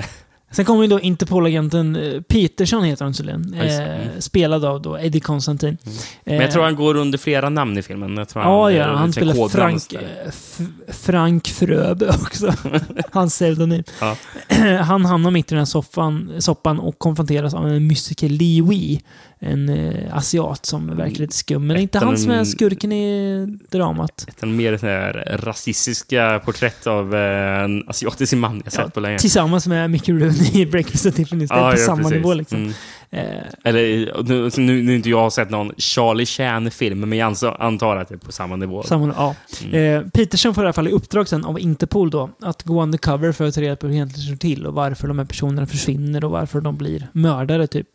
Sen kommer ju då Interpol-agenten Peterson, heter han tydligen. Spelad av då Eddie Constantine. Men jag tror han går under flera namn i filmen. Jag tror han spelar Frank Fröbe också. Hans pseudonym. Ja. Han hamnar mitt i den här soppan och konfronteras av en mystiker Lee Wee. En asiat som är verkligen skum. Men det är inte han som är skurken i dramat. Ett mer så här rasistiska porträtt av en asiatisk man jag sett på länge. Tillsammans med Mickey Rooney i Breakfast at Tiffany's. På samma nivå liksom. Eller nu inte jag har sett någon Charlie Chan-film, men jag antar att det är på samma nivå. Peterson får i alla fall i uppdrag sen av Interpol då att gå undercover för att ta reda på hur det egentligen står till och varför de här personerna försvinner och varför de blir mördare typ.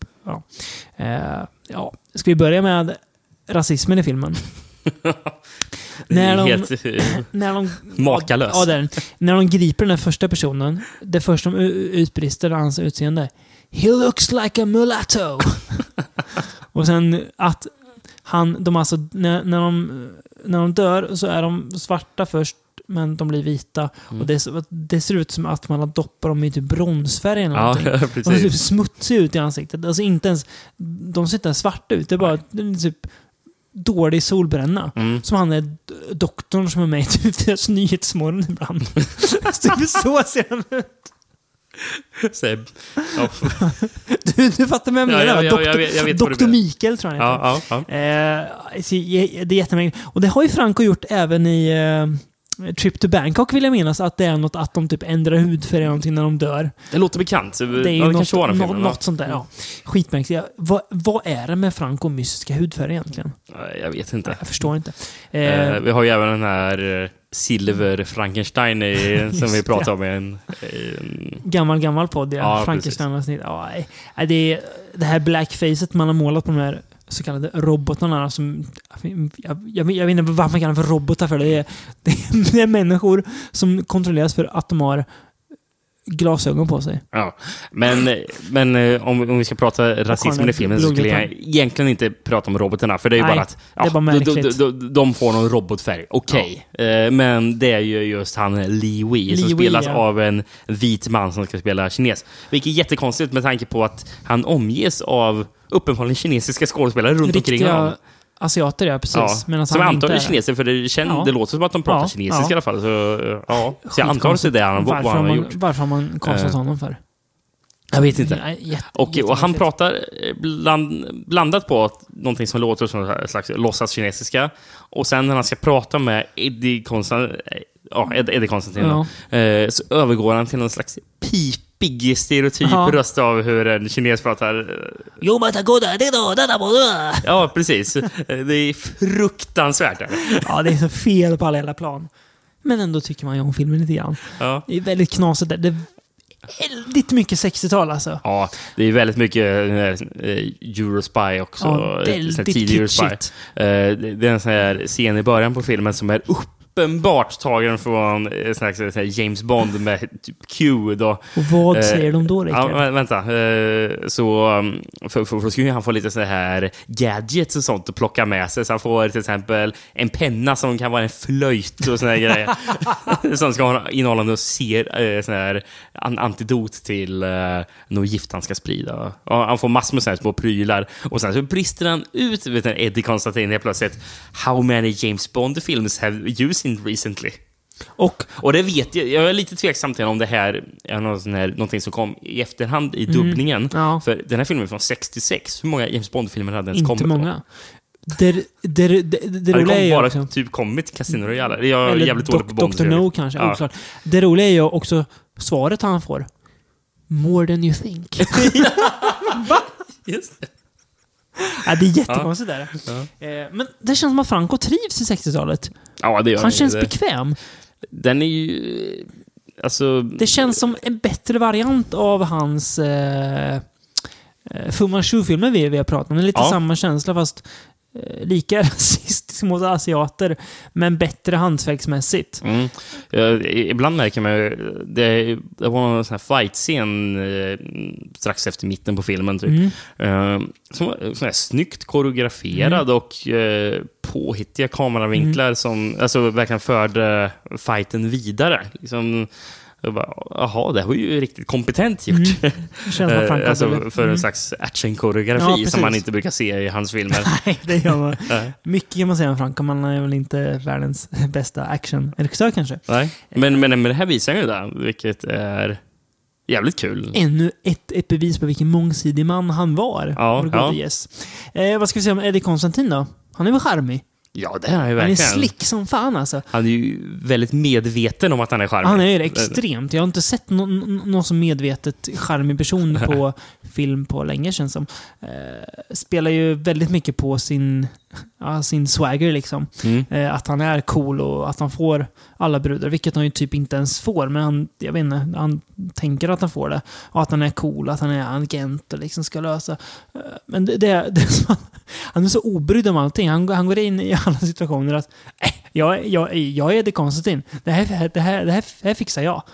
Ska vi börja med rasismen i filmen? när de makalös. När de griper den här första personen, det första de utbrister hans utseende: "He looks like a mulatto." Och sen att när de dör så är de svarta först, men de blir vita. Och det ser ut som att man har doppat dem i typ bronsfärg eller någonting. Ja, de ser typ smutsiga ut i ansiktet. Alltså inte ens, de ser inte ens svarta ut. Det är bara typ dålig solbränna. Som han är doktorn som är med i typ deras Nyhetsmorgon ibland. Så ser han ut. Seb. Du fattar vad jag menar. Jag vet Dr. Mikael tror jag heter. Det är jättemärkligt. Och det har ju Franco gjort även i Trip to Bangkok, vill jag minnas, att det är något att de typ ändrar hudfärg eller någonting när de dör. Det låter bekant. Det är ju något sånt där. Ja. Skitmärkligt. Vad är det med Franco mystiska hudfärg egentligen? Jag vet inte. Jag förstår inte. Vi har ju även den här Silver Frankenstein som vi pratade om i en gammal podd. Frankenstein-avsnitt. Det här blackfacet man har målat på de här så kallade robotarna som jag vet inte vad man kallar för robotar för. Det är människor som kontrolleras för att de har glasögon på sig. Ja, men om vi ska prata rasism i filmen så skulle jag egentligen inte prata om robotarna, för det är ju bara att de får någon robotfärg. Okej. Men det är ju just han Lee Wee som spelas av en vit man som ska spela kines. Vilket är jättekonstigt med tanke på att han omges av uppenbarligen kinesiska skådespelare runt omkring honom. Asiater, ja, precis. Ja. Som antagligen är kineser, för det låter som att de pratar kinesiska i alla fall. Så jag antar att det är vad han har gjort. Varför har man konstat honom för? Jag vet inte. Och han pratar blandat på någonting som låter som en slags låtsas kinesiska. Och sen när han ska prata med Eddie Constantine så övergår han till någon slags pipig stereotyp röst av hur en kines pratar. Ja, precis. Det är fruktansvärt. Ja, det är så fel på alla hela plan. Men ändå tycker man ju om filmen lite grann. Ja. Det är väldigt knasigt där. Det är väldigt mycket 60-tal alltså. Ja, det är väldigt mycket Eurospy också. Ja, väldigt kitschigt. Det är en sån här scen i början på filmen som är uppenbart tagen från James Bond med typ Q då. Och vad säger de då? Vänta. För då skulle han få lite så här gadgets och sånt att plocka med sig. Så han får till exempel en penna som kan vara en flöjt och såna här grejer. Som ska innehålla något sån här antidot till något gift han ska sprida. Och han får massor med såna här små prylar. Och sen så brister han ut, vet du, Eddie Constantine helt plötsligt. How many James Bond films have you seen recently? Och det vet jag är lite tveksam till om det här är någonting som kom i efterhand i dubbningen. Ja. För den här filmen är från 66. Hur många James Bond-filmer hade ens kommit? Inte många. Det roliga är ju bara också typ kommit Casino Royale. Jag är jävligt dålig på Bond. Dr. No kanske, oklart. Det roliga är ju också svaret han får. More than you think. Va? Just det. Ja, det är jättekonstigt där. Ja. Men det känns som att Franco trivs i 60-talet. Ja, det gör han känns bekväm. Den är ju... Alltså... Det känns som en bättre variant av hans Fu Manchu-filmer vi har pratat om. Det är lite samma känsla, fast lika rasistisk mot asiater, men bättre hantverksmässigt. Ibland märker man det var en sån här fight-scen strax efter mitten på filmen typ. Som var sån här snyggt koreograferad och påhittiga kameravinklar som alltså verkligen förde fighten vidare. Liksom, Jag bara, jaha, det var ju riktigt kompetent gjort. Det känns som Franco alltså, för en slags actionkoreografi som man inte brukar se i hans filmer. Nej, det gör man. Mycket kan man säga om Franco, man är väl inte världens bästa actionregissör kanske. Nej, men det här visar ju det, vilket är jävligt kul. Ännu ett bevis på vilken mångsidig man han var. Ja. Yes. Vad ska vi säga om Eddie Constantine då? Han är väl charmig? Ja, det är han ju Han är verkligen. slick som fan alltså. Han är ju väldigt medveten om att han är charmig. Han är ju extremt. Jag har inte sett någon som medvetet charmig person på film på länge, känns som. Spelar ju väldigt mycket på sin swagger liksom. Att han är cool och att han får alla brudar, vilket han ju typ inte ens får, men jag vet inte, han tänker att han får det. Och att han är cool, att han är agent och liksom ska lösa. Men det är så, han är så obrydd om allting. Han går in i alla situationer att jag är Eddie Constantine. Det här fixar jag.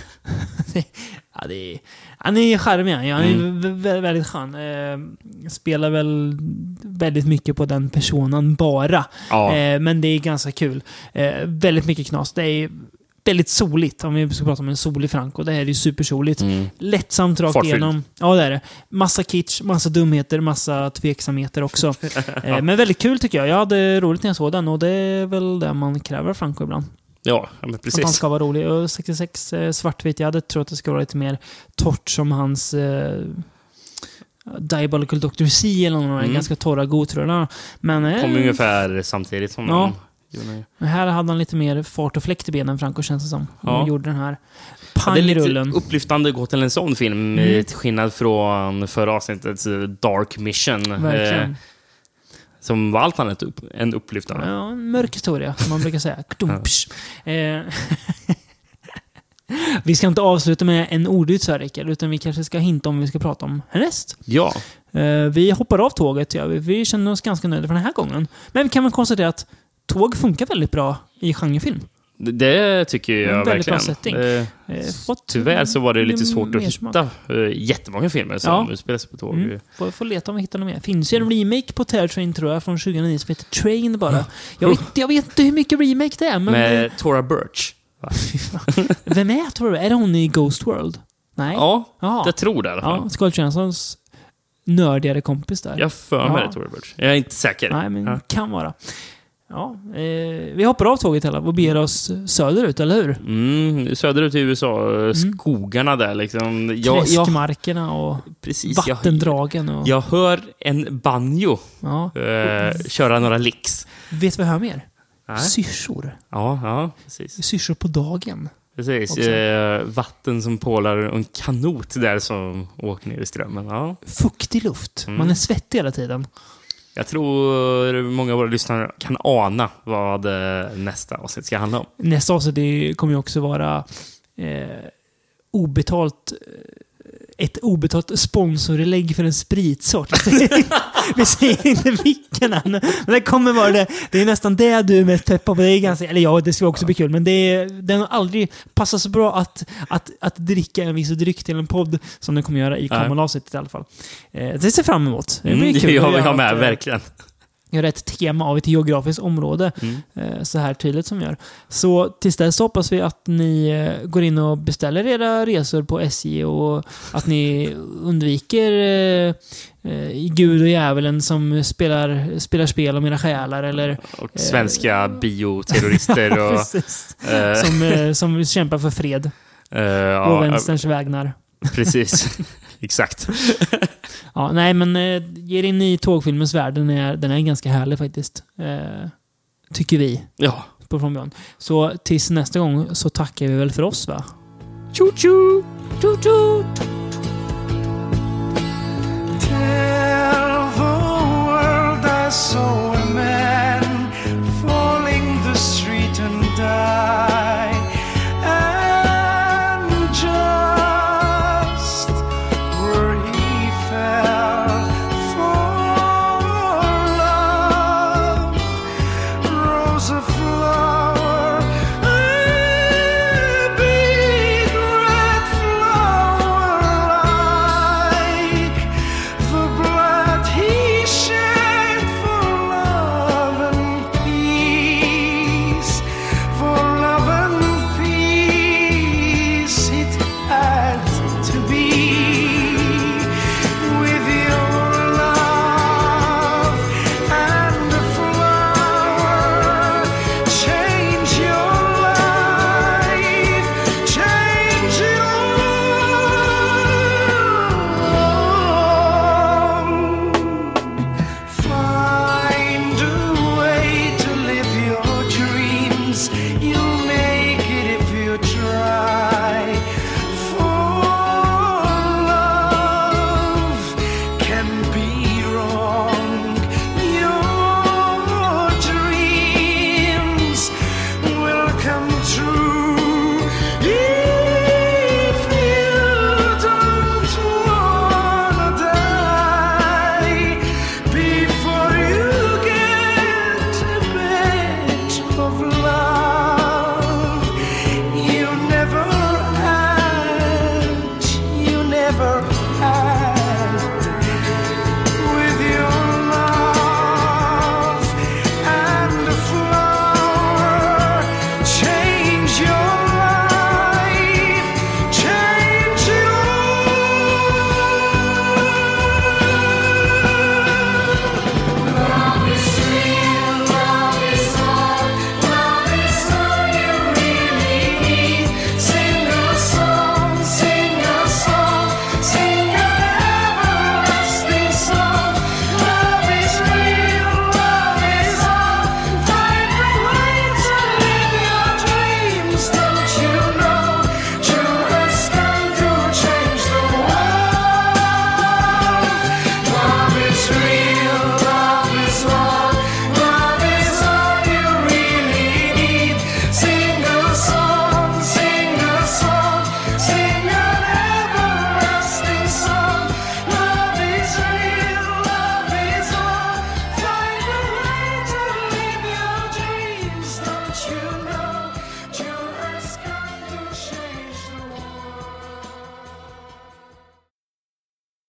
Han är charmig. Han är väldigt skön. Spelar väl väldigt mycket på den personen bara. Ja. Men det är ganska kul. Väldigt mycket knas. Det är väldigt soligt. Om vi ska prata om en solig Franco. Det här är ju supersoligt. Lättsamt rakt Fartfylld. igenom. Ja, det är det. Massa kitsch, massa dumheter, massa tveksamheter också. Men väldigt kul tycker jag. Jag hade roligt när jag såg den. Och det är väl det man kräver av Franco ibland. Ja, men precis. Att han ska vara rolig. Och 66 svartvitt. Jag hade trott att det skulle vara lite mer torrt som hans Diabolical Dr. C eller någon ganska torra godtrullar. Men kom ungefär samtidigt som ja. de. Här hade han lite mer fart och fläkt i benen, Franco, känns det som. Ja. Och gjorde den här Det är pangrullen. lite upplyftande att gå till en sån film till skillnad från förra avsnittets Dark Mission. Verkligen. Som var allt annat en upplyftande. Ja, en mörk historia, som man brukar säga. Vi ska inte avsluta med en ordyt, Rickard, utan vi kanske ska hinta om vi ska prata om härnäst. Ja. Vi hoppar av tåget. Ja. Vi känner oss ganska nöjda för den här gången. Men vi kan väl konstatera att tåg funkar väldigt bra i genrefilm. Det tycker jag väldigt verkligen. bra setting. Tyvärr så var det lite svårt att mer smak. hitta jättemånga filmer som utspelas på tåg. Får leta om vi hittar något mer. Finns ju en remake på Terror Train, tror jag, från 2009 som heter Train bara. Jag vet inte hur mycket remake det är, men... Med Tora Birch. Vem är Tora? Är det hon i Ghost World? Nej? Ja, Jaha. jag tror det i alla fall. Ja, Scarlett Johanssons nördigare kompis där. Jag för mig det, Tora Birch. Jag är inte säker. Nej, men kan vara. Ja, vi hoppar av tåget hela och beger oss söderut, eller hur? Söderut i USA, skogarna där liksom. Träskmarkerna och precis, vattendragen. Och... Jag hör en banjo köra några licks. Vet du vad jag hör mer? Nej. Syrsor. Ja, precis. Syrsor på dagen. Precis. Vatten som pålar och en kanot där som åker ner i strömmen. Ja. Fuktig luft. Man är svettig hela tiden. Jag tror många av våra lyssnare kan ana vad nästa avsnitt ska handla om. Nästa avsnitt kommer ju också vara ett obetalt sponsorinlägg för en spritsort. Vi säger inte vilken än. Men det kommer vara det. Det är nästan det du är mest peppar på. Det är ganska, eller ja, det ska också bli kul. Men den har aldrig passat så bra att dricka en viss dryck till en podd som den kommer göra i kommande avsnittet i alla fall. Det ser fram emot. Det blir kul. Jag med, verkligen. Gör ett tema av ett geografiskt område så här tydligt som gör. Så tills dess hoppas vi att ni går in och beställer era resor på SJ och att ni undviker Gud och djävulen som spelar spel om era själar eller och svenska bioterrorister och som kämpar för fred på vänsterns vägnar. Precis. Exakt. Ja, nej, men ge er in i tågfilmens värld. Den är ganska härlig faktiskt. Tycker vi. Ja. På från början. Så tills nästa gång så tackar vi väl för oss, va? Tjo tjo! Tjo tjo!